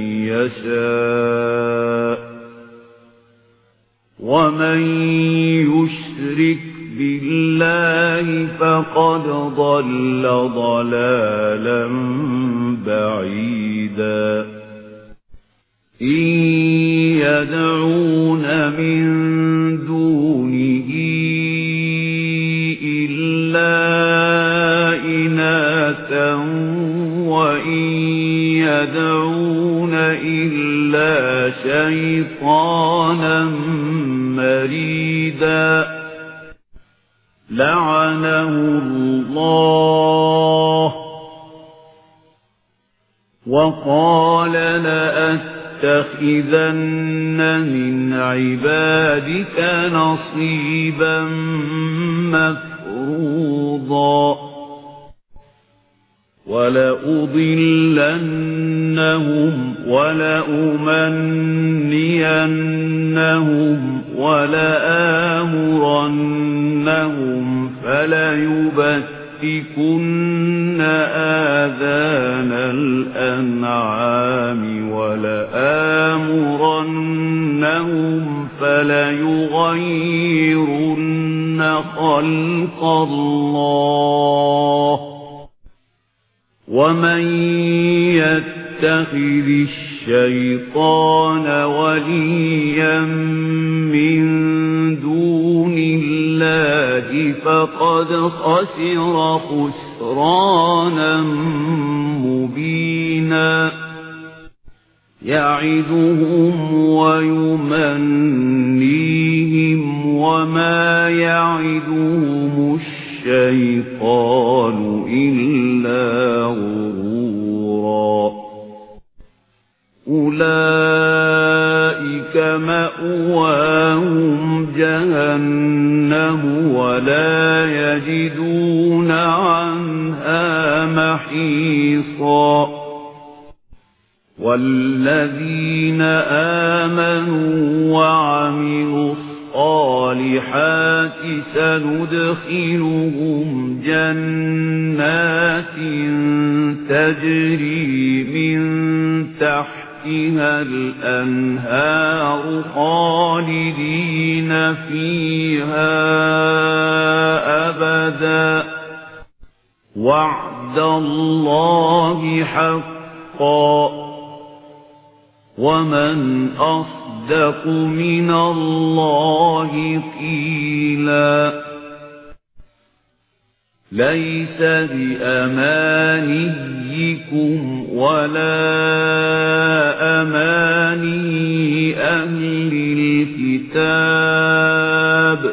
[SPEAKER 2] يشاء ومن يشرك بالله فقد ضل ضلالا بعيدا إن يدعون من دونه إلا إناثا وإن يدعون إلا شيطانا مريدا لعنه الله وقال لأتخذن من عبادك نصيبا مفروضا ولأضلنهم ولأمنينهم ولآمرنهم فليبتكن آذان الأنعام ولآمرنهم فليغيرن خلق الله ومن يتخذ الشيطان وليا من دون الله فقد خسر خسرانا مبينا يعدهم ويمنيهم وما يعدهم الشيطان إلا غرورا أولئك مأواهم جهنم ولا يجدون عنها محيصا والذين آمنوا وعملوا الصالحات سندخلهم جنات تجري من تحتها الأنهار خالدين فيها أبدا وعد الله حقا ومن أصدق من الله قيلا ليس بأمانيكم ولا أماني أهل الكتاب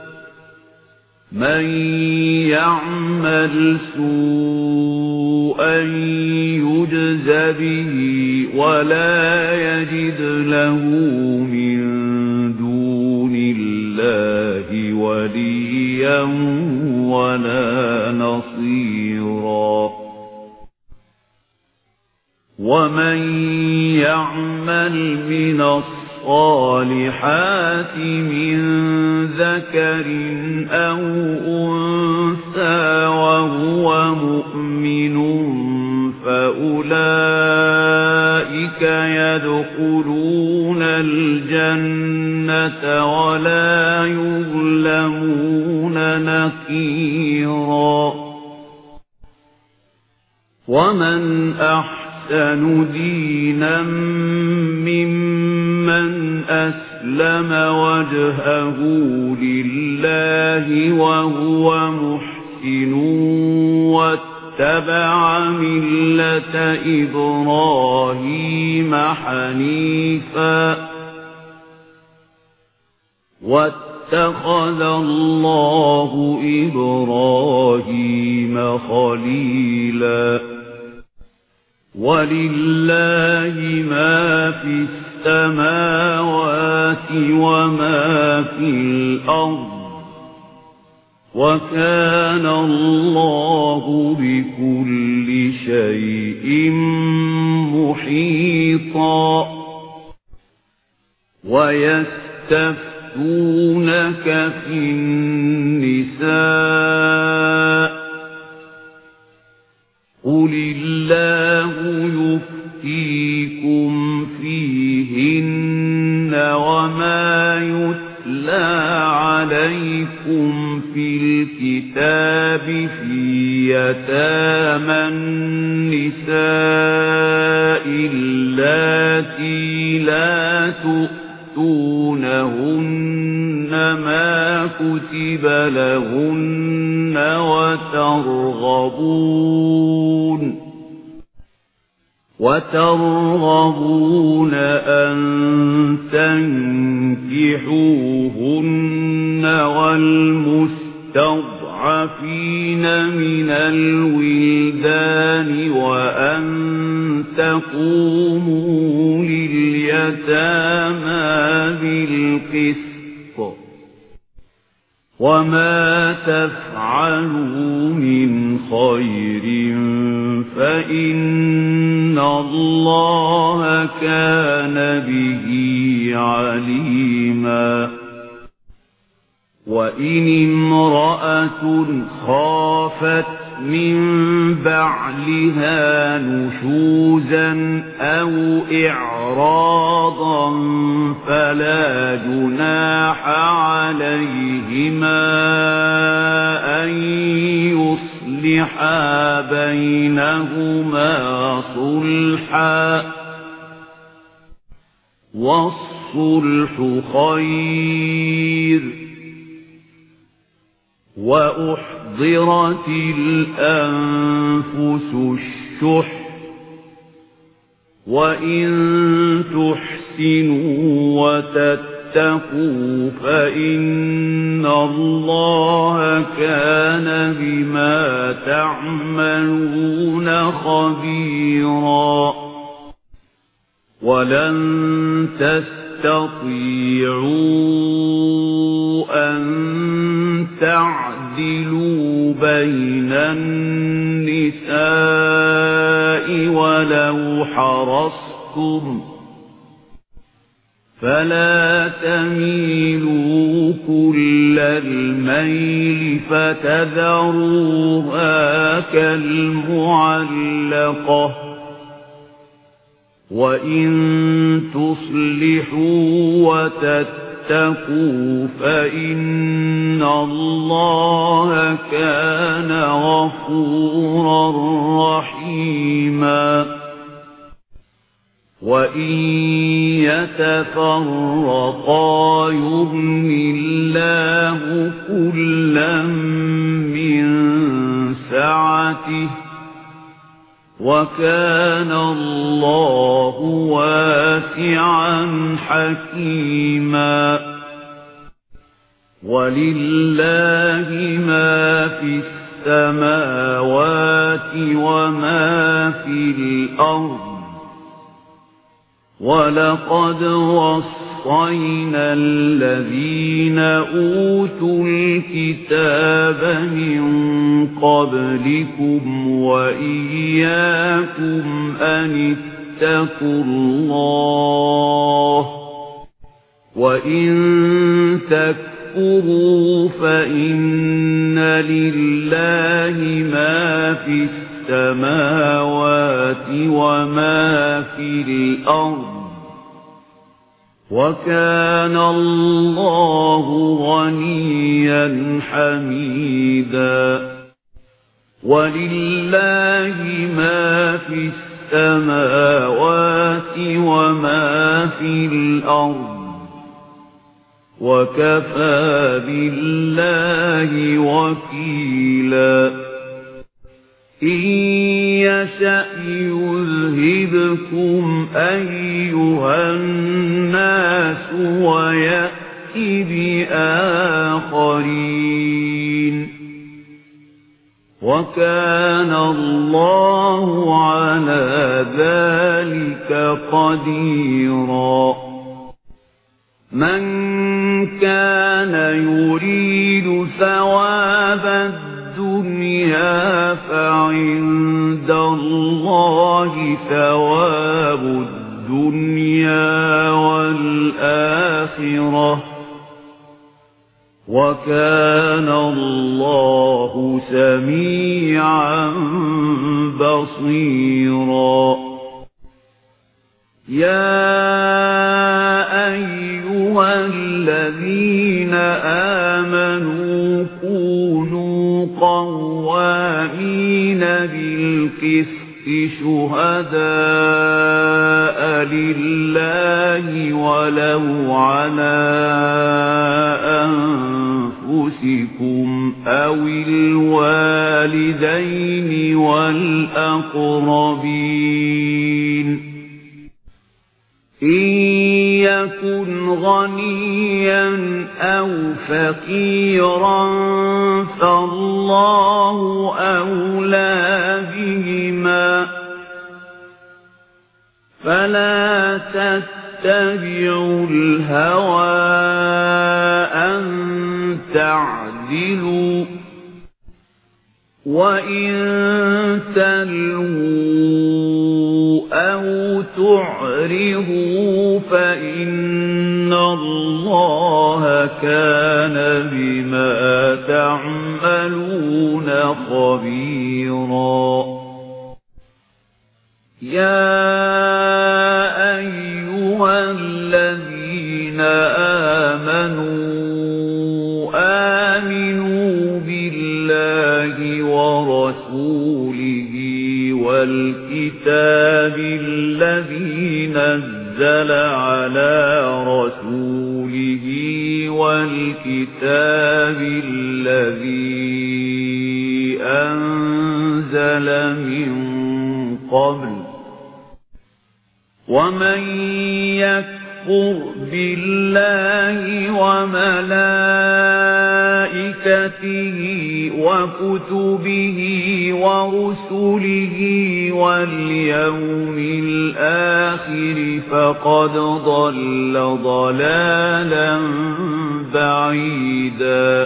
[SPEAKER 2] من يعمل سوءا يجز به ولا يجد له من دون الله وليا ولا نصيرا ومن يعمل من الصالحات من ذكر أو أنثى وهو مؤمن فأولئك يدخلون الجنة ولا يظلمون نقيرا ومن أحسن دينا ممن أسلم وجهه لله وهو محسن مُحْسِنٌ وَاتَّبَعَ مِلَّةَ إِبْرَاهِيمَ حَنِيفًا وَاتَّخَذَ اللَّهُ إِبْرَاهِيمَ خَلِيلًا وَلِلَّهِ مَا فِي السَّمَاوَاتِ وَمَا فِي الْأَرْضِ وَكَانَ اللَّهُ بِكُلِّ شَيْءٍ مُحِيطًا وَيَسْتَفْتُونَكَ فِي النِّسَاءِ قُلِ اللَّهُ يُفْتِيكُمْ فِيهِنَّ وَمَا يُتْلَى عَلَيْكُمْ فِي الْكِتَابِ فِي يَتَامَى النِّسَاءِ اللَّاتِي لا تُؤْتُونَهُنَّ ما كُتِبَ لَهُنَّ وترغبون أن تنكحوهن والمستضعفين من الولدان وأن تقوموا لليتامى بالقسط وما تفعلوا من خير فإن الله كان به عليما وإن امرأة خافت من بعلها نشوزا أو إعراضا فلا جناح عليهما أن يصلحا بينهما صلحا والصلح خير وأحضرت الأنفس الشح وإن تحسنوا وتتقوا فإن الله كان بما تعملون خبيرا ولن تستطيعوا أن تعدلوا بين النساء ولو حرصتم فلا تميلوا كل الميل فتذروها كالمعلقة وإن تصلحوا وتتقوا فإن الله كان غفورا رحيما وإن يتفرقا يغن الله كلا من سعته وكان الله واسعا حكيما ولله ما في السماوات وما في الأرض ولقد وصينا الذين أوتوا الكتاب من قبلكم وإياكم أن اتقوا الله وإن تكفروا فإن لله ما في السماوات وما في الأرض وكان الله غنيا حميدا ولله ما في السماوات وما في الأرض وكفى بالله وكيلا إن يشأ يذهبكم أيها الناس ويأتي بآخرين وكان الله على ذلك قديرا من كان يريد ثواب الدنيا فعند الله ثواب الدنيا والآخرة وكان الله سميعا بصيرا يا أيها الذين آمنوا كونوا قوامين بالقسط شهداء لله ولو على أنفسكم أو الوالدين والأقربين إن يكن غنيا أو فقيرا فالله أولى بهما فلا تتبعوا الهوى أن تعدلوا وإن تلووا أو تعرضوا فإن الله كان بما تعملون خبيرا يا أيها الذين آمنوا بالله ورسوله والكتاب الذي نزل على رسوله والكتاب الذي أنزل من قبل ومن يكفر بالله وملائكته وكتبه ورسله واليوم الآخر فقد ضل ضلالا بعيدا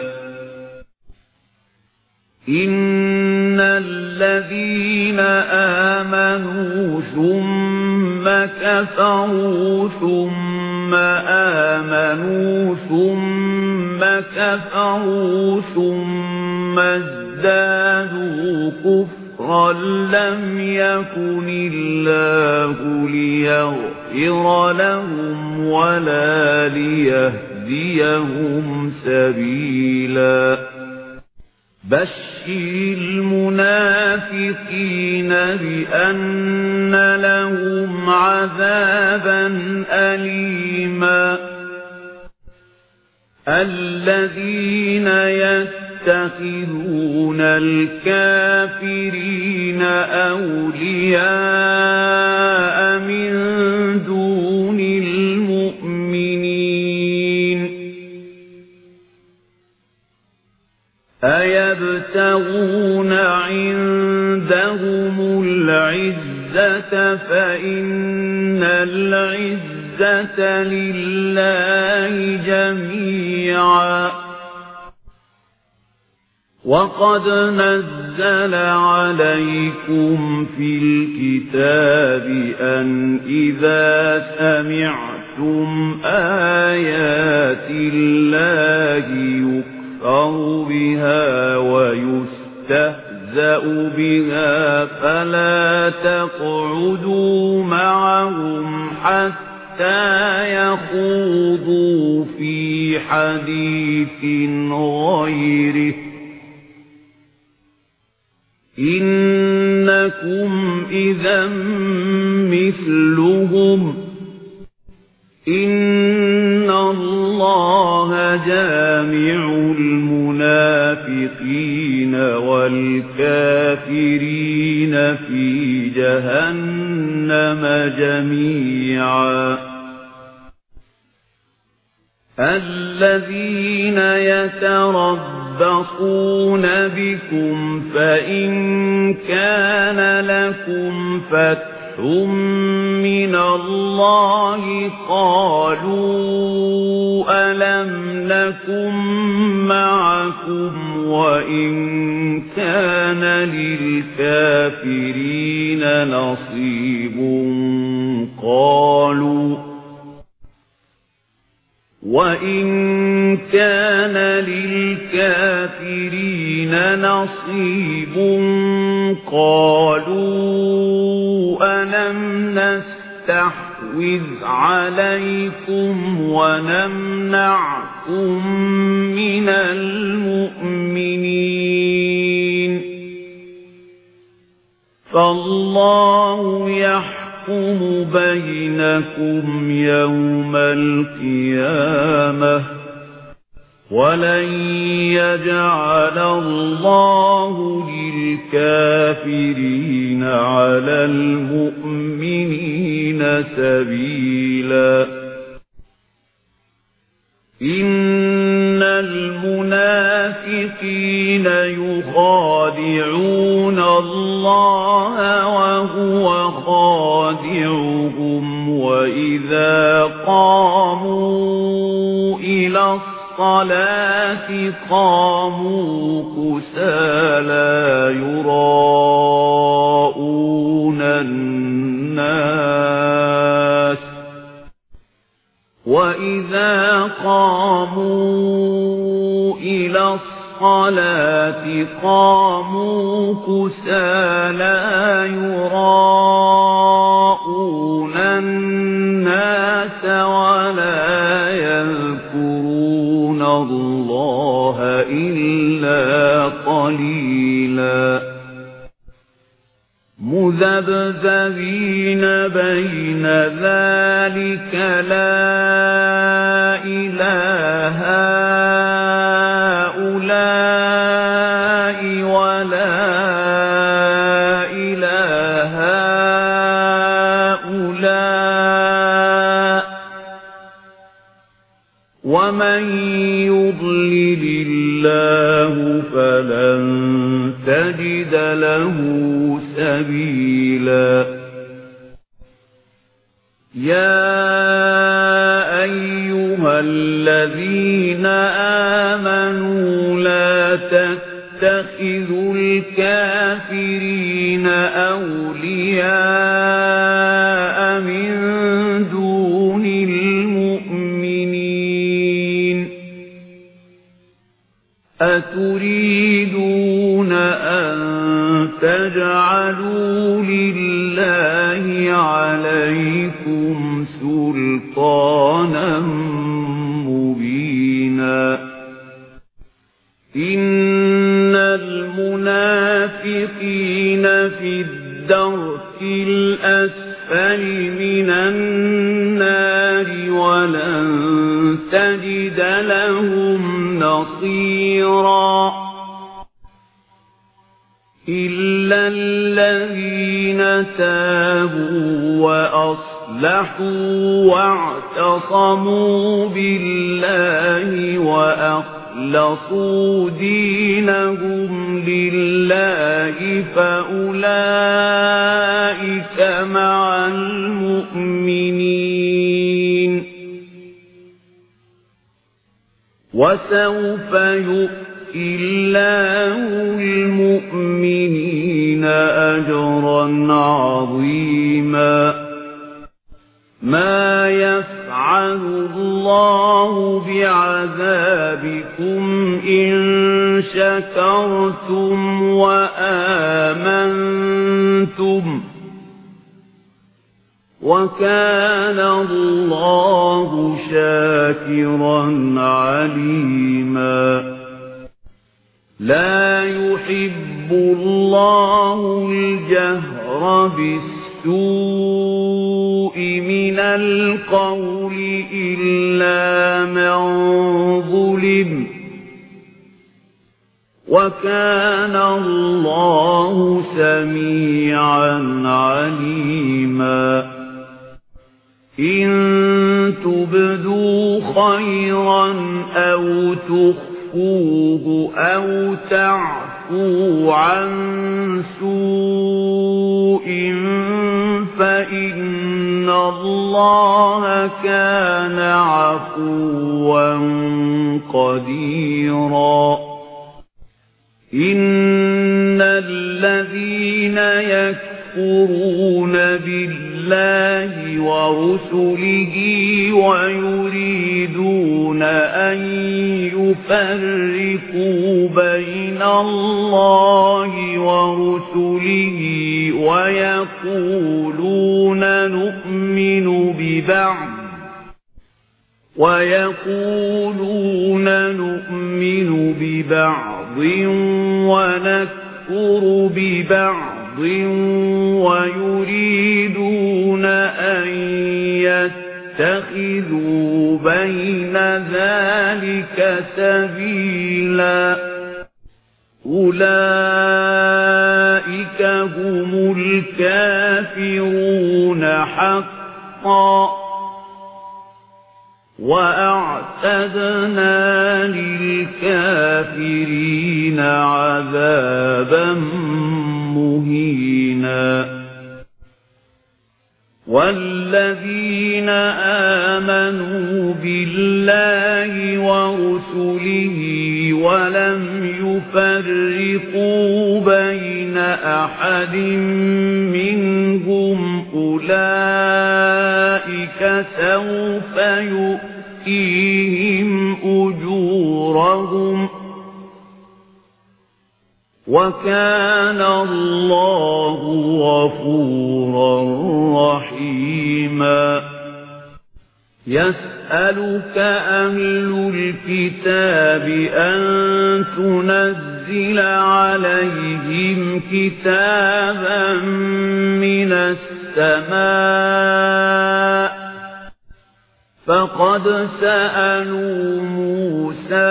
[SPEAKER 2] إن الذين آمنوا ثم كفروا ثم آمنوا ثم كفروا ثم ازدادوا كفرا لم يكن الله ليغفر لهم ولا ليهديهم سبيلا بشر المنافقين بأن لهم عذابا أليما الذين يتخذون الكافرين أولياء من دون المؤمنين أيبتغون عندهم العزة فإن العزة لله جميعا وقد نزل عليكم في الكتاب أن إذا سمعتم آيات الله يكفر بها ويستهزأ بها فلا تقعدوا معهم حتى يخوضوا في حديث غيره إنكم إذا مثلهم إن الله اللَّهَ جَامِعُ الْمُنَافِقِينَ وَالْكَافِرِينَ فِي جَهَنَّمَ جَمِيعًا الَّذِينَ يَتَرَبَّصُونَ بِكُمْ فَإِن كَانَ لَكُمْ فَتْحٌ مِّنَ اللَّهِ قَالُوا أَلَمْ نَكُن مَّعَكُمْ وَإِن كَانَ لِلْكَافِرِينَ نَصِيبٌ قالوا ألم نستحوذ عليكم ونمنعكم من المؤمنين فالله يحكم بينكم يوم القيامة ولن يجعل الله للكافرين على المؤمنين سبيلا إن المنافقين يخادعون الله وهو خادعهم وإذا قاموا إلى الصلاة قاموا كسالى يراءون الناس وإذا قاموا إلى الصلاة قاموا كسالى يراءون الناس ولا يذكرون الله إلا قليلا مذبذبين بين ذلك لا إله هؤلاء ولا إله هؤلاء ومن يضلل الله فلن تجد له سبيلا يا أيها الذين آمنوا لا تتخذوا الكافرين أولياء من دون المؤمنين أتريدون أن تجعلوا لله عليكم سلطانا مبينا إن المنافقين في الدرك الأسفل من النار ولن تجد لهم نصيرا إلا الذين تابوا وأصلحوا واعتصموا بالله وأخلصوا دينهم لله فأولئك مع المؤمنين وسوف يؤتي الله المؤمنين أجرا عظيما ما يفعل الله بعذابكم إن شكرتم وآمنتم وكان الله شاكرا عليما لا يحب الله الجهر بالسوء من القول إلا من ظلم وكان الله سميعا عليما إن تبدوا خيرا أو تخفوه أو تعفوا عن سوء فإن الله كان عفوا قديرا إن الذين يكفرون بالله ورسله ويريدون أن يفرقوا بين الله ورسله ويقولون نؤمن ببعض ونكفر ببعض ويريدون أن يتخذوا بين ذلك سبيلا أولئك هم الكافرون حقا وأعتدنا للكافرين عذابا مهينا والذين آمنوا بالله ورسله ولم يفرقوا بين أحد منهم أولئك سوف يؤتيهم أجورهم وكان الله غفورا رحيما يسألك أهل الكتاب أن تنزل عليهم كتابا من السماء فقد سألوا موسى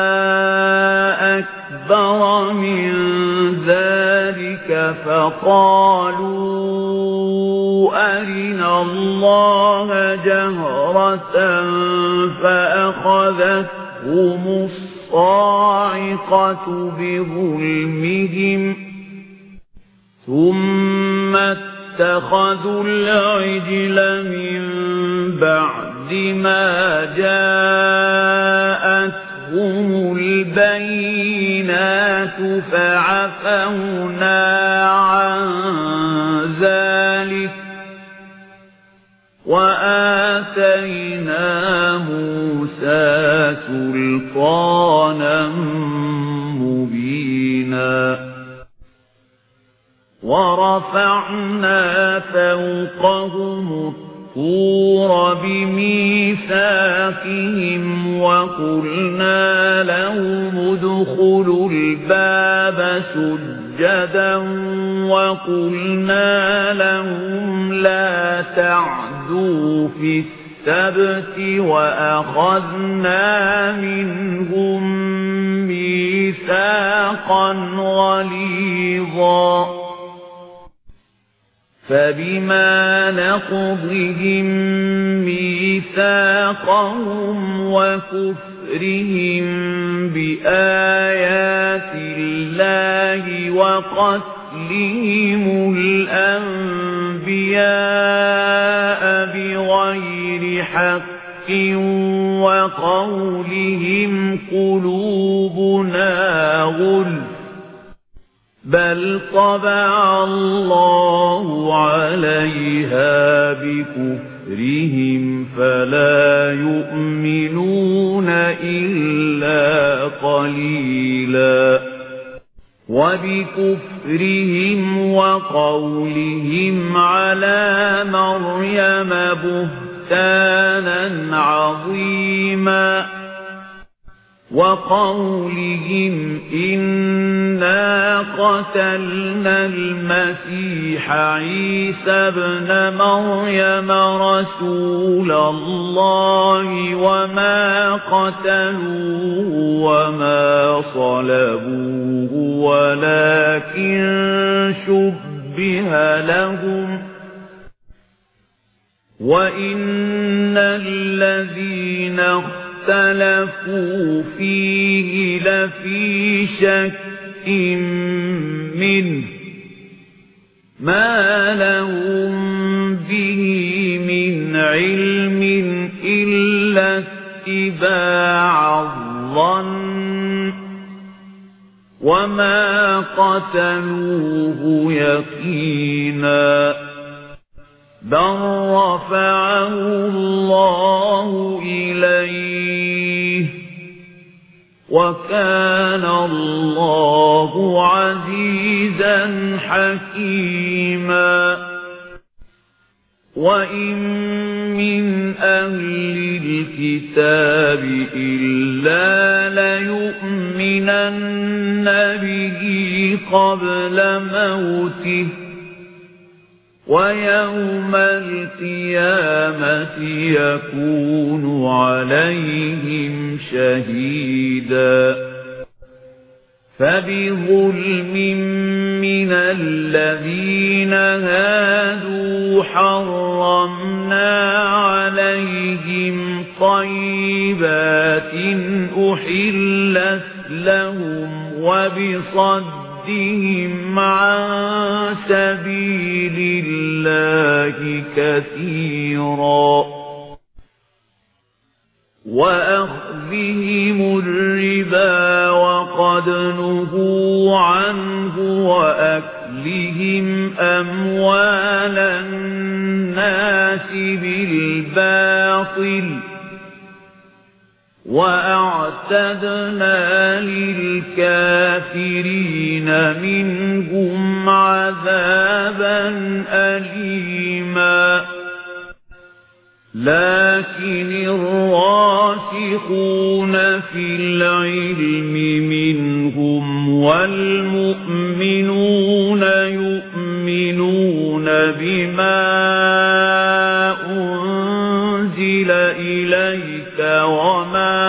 [SPEAKER 2] أكبر من ذلك فقالوا أرنا الله جهرة فأخذتهم الصاعقة بظلمهم ثم اتخذوا العجل من بعد ما جاءتهم البينات فعفونا عن ذلك وآتينا موسى سلطانا مبينا ورفعنا فوقهم الطور بميثاقهم وقلنا لهم ادخلوا الباب سجدا وقلنا لهم لا تعدوا في السبت وأخذنا منهم ميثاقا غليظا فبما نقضهم ميثاقهم وكفرهم بآيات الله وقتلهم الأنبياء بغير حق وقولهم قلوبنا غلف بل طبع الله عليها بكفرهم فلا يؤمنون إلا قليلا وبكفرهم وقولهم على مريم بهتانا عظيما وقولهم إنا قتلنا المسيح عيسى ابن مريم رسول الله وما قتلوه وما صلبوه ولكن شبه لهم وإن الذين اختلفوا فيه لفي شك منه ما لهم به من علم إلا اتباع الظن وما قتلوه يقينا بل رفعه الله إليه وكان الله عزيزا حكيما وإن من أهل الكتاب إلا ليؤمنن به قبل موته ويوم القيامة يكون عليهم شهيدا فبظلم من الذين هادوا حرمنا عليهم طيبات أحلت لهم وبصدهم عن سبيل الله كثيرا وأخذهم الربا وقد نهوا عنه وأكلهم أموال الناس بالباطل وأعتدنا للكافرين منهم عذابا أليما لكن الراسخون في العلم منهم والمؤمنون يؤمنون بما أنزل إليك وما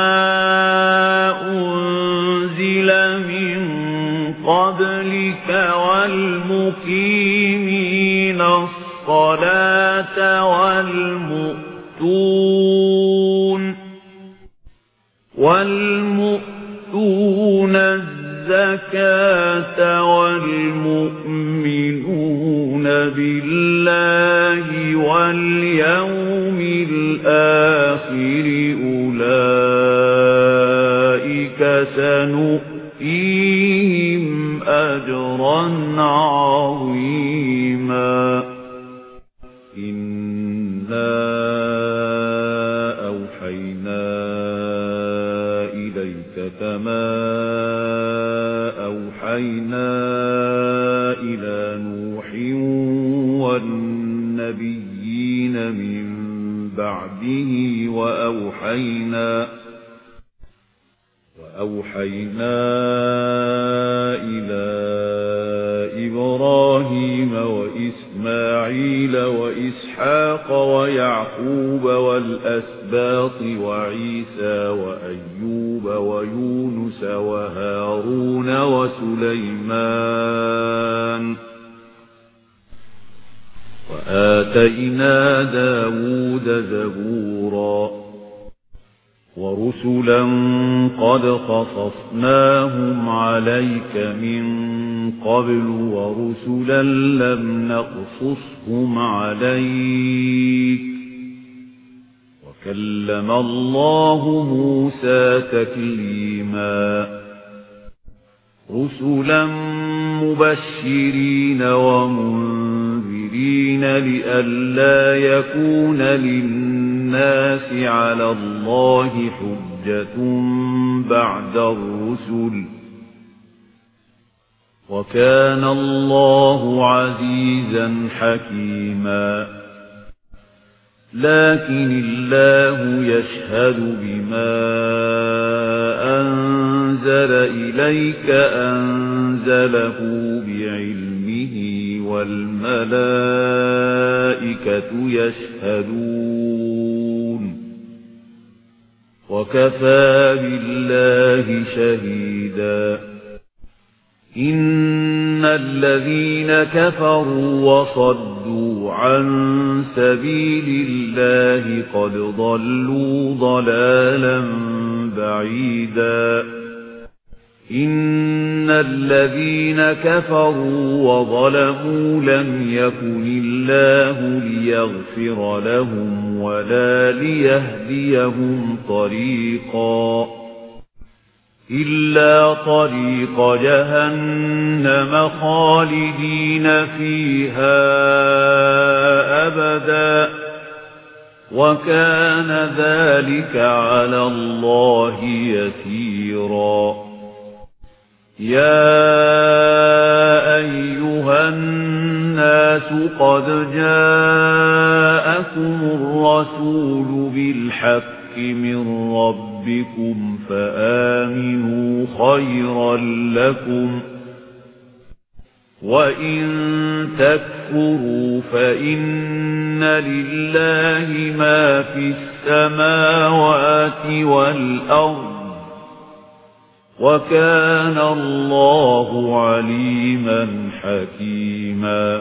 [SPEAKER 2] أنزل من قبلك والمقيمين الصلاة والمؤتون الزكاة والمؤمنون بالله واليوم الآخر أولئك سنؤتيهم أجرا عظيما إنا أوحينا إليك كما أوحينا إلى نوح والنبيين من بعده وأوحينا إلى إبراهيم وإسماعيل وإسحاق ويعقوب والأسباط وعيسى وأيوب ويونس وهارون وسليمان وآتينا داود زبورا ورسلا قد قصصناهم عليك من قبل ورسلا لم نقصصهم عليك وكلم الله موسى تكليما رسلا مبشرين ومنذرين لئلا يكون للناس على الله حجة بعد الرسل وكان الله عزيزا حكيما لكن الله يشهد بما أنزل إليك أنزله بعلمه والملائكة يشهدون وكفى بالله شهيدا إن الذين كفروا وصدوا عن سبيل الله قد ضلوا ضلالا بعيدا إن الذين كفروا وظلموا لم يكن الله ليغفر لهم ولا ليهديهم طريقا إلا طريق جهنم خالدين فيها أبدا وكان ذلك على الله يسيرا يا أيها الناس قد جاءكم الرسول بالحق من ربكم فآمنوا خيرا لكم وإن تكفروا فإن لله ما في السماوات والأرض وكان الله عليما حكيما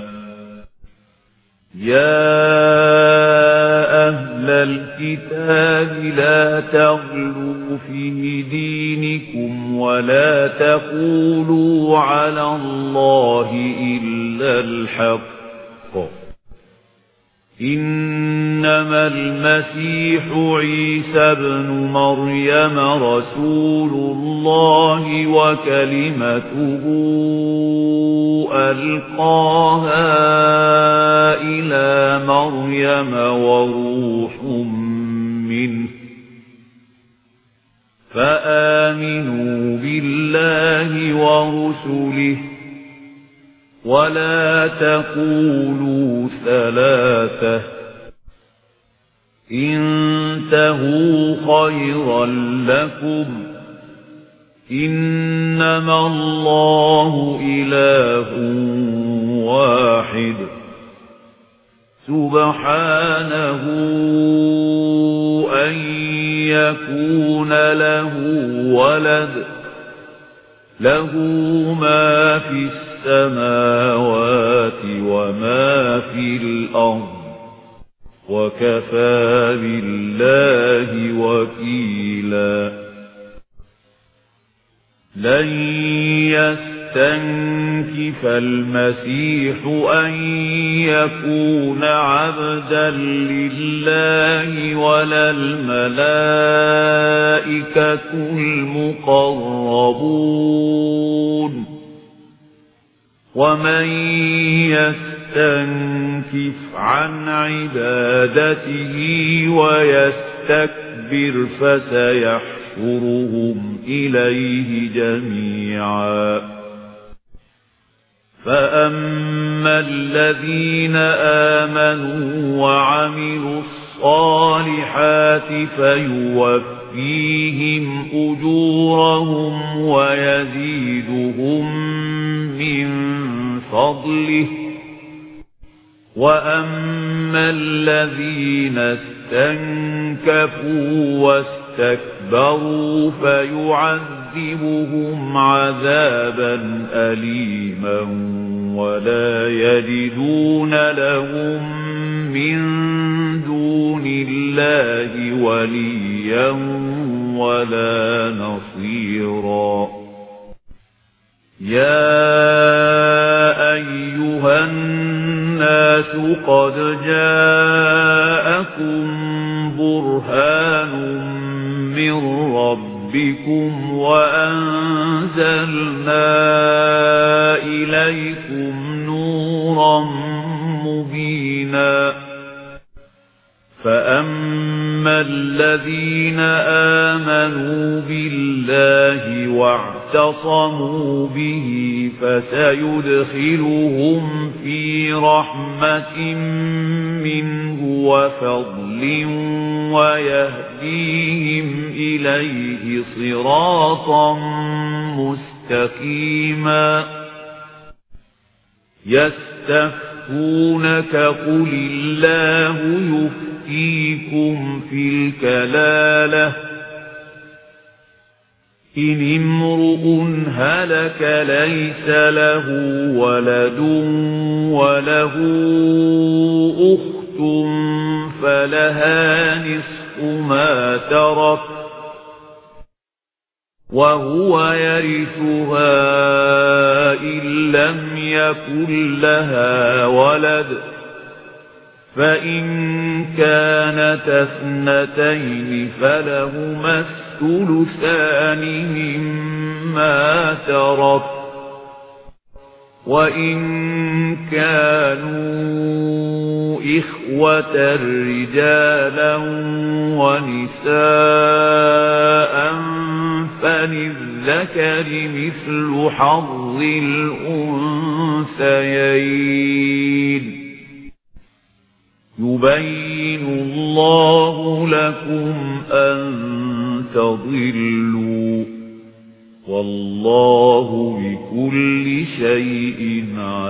[SPEAKER 2] يا أهل الكتاب لا تغلوا في دينكم ولا تقولوا على الله إلا الحق إنما المسيح عيسى ابن مريم رسول الله وكلمته ألقاها إلى مريم وروح منه فآمنوا بالله ورسله ولا تقولوا ثلاثة انتهوا خيرا لكم إنما الله إله واحد سبحانه أن يكون له ولد له ما في السماوات وما في الأرض وكفى بالله وكيلا لن يستنكف المسيح أن يكون عبدا لله ولا الملائكة المقربون ومن يستنكف عن عبادته ويستكبر فسيحشرهم إليه جميعا فأما الذين آمنوا وعملوا الصالحات فيوفيهم أجورهم ويزيدهم من فضله وأما الذين استنكفوا واستكبروا فيعذبهم عذابا أليما ولا يجدون لهم من دون الله وليا ولا نصيرا يا أيها الناس قد جاءكم برهان من ربكم وأنزلنا إليكم نورا مبينا فأما الذين آمنوا بالله واعتصموا اعتصموا به فسيدخلهم في رحمة منه وفضل ويهديهم إليه صراطا مستقيما يستفتونك قل الله يفتيكم في الكلالة إن امرؤ هلك ليس له ولد وله أخت فلها نصف ما ترك وهو يرثها إن لم يكن لها ولد فإن كانت اثنتين فلهما الثلثان مما ترك وإن كانوا إخوة رجالا ونساء فللذكر مثل حظ الأنثيين يبين الله لكم أن تضلوا والله بكل شيء عليم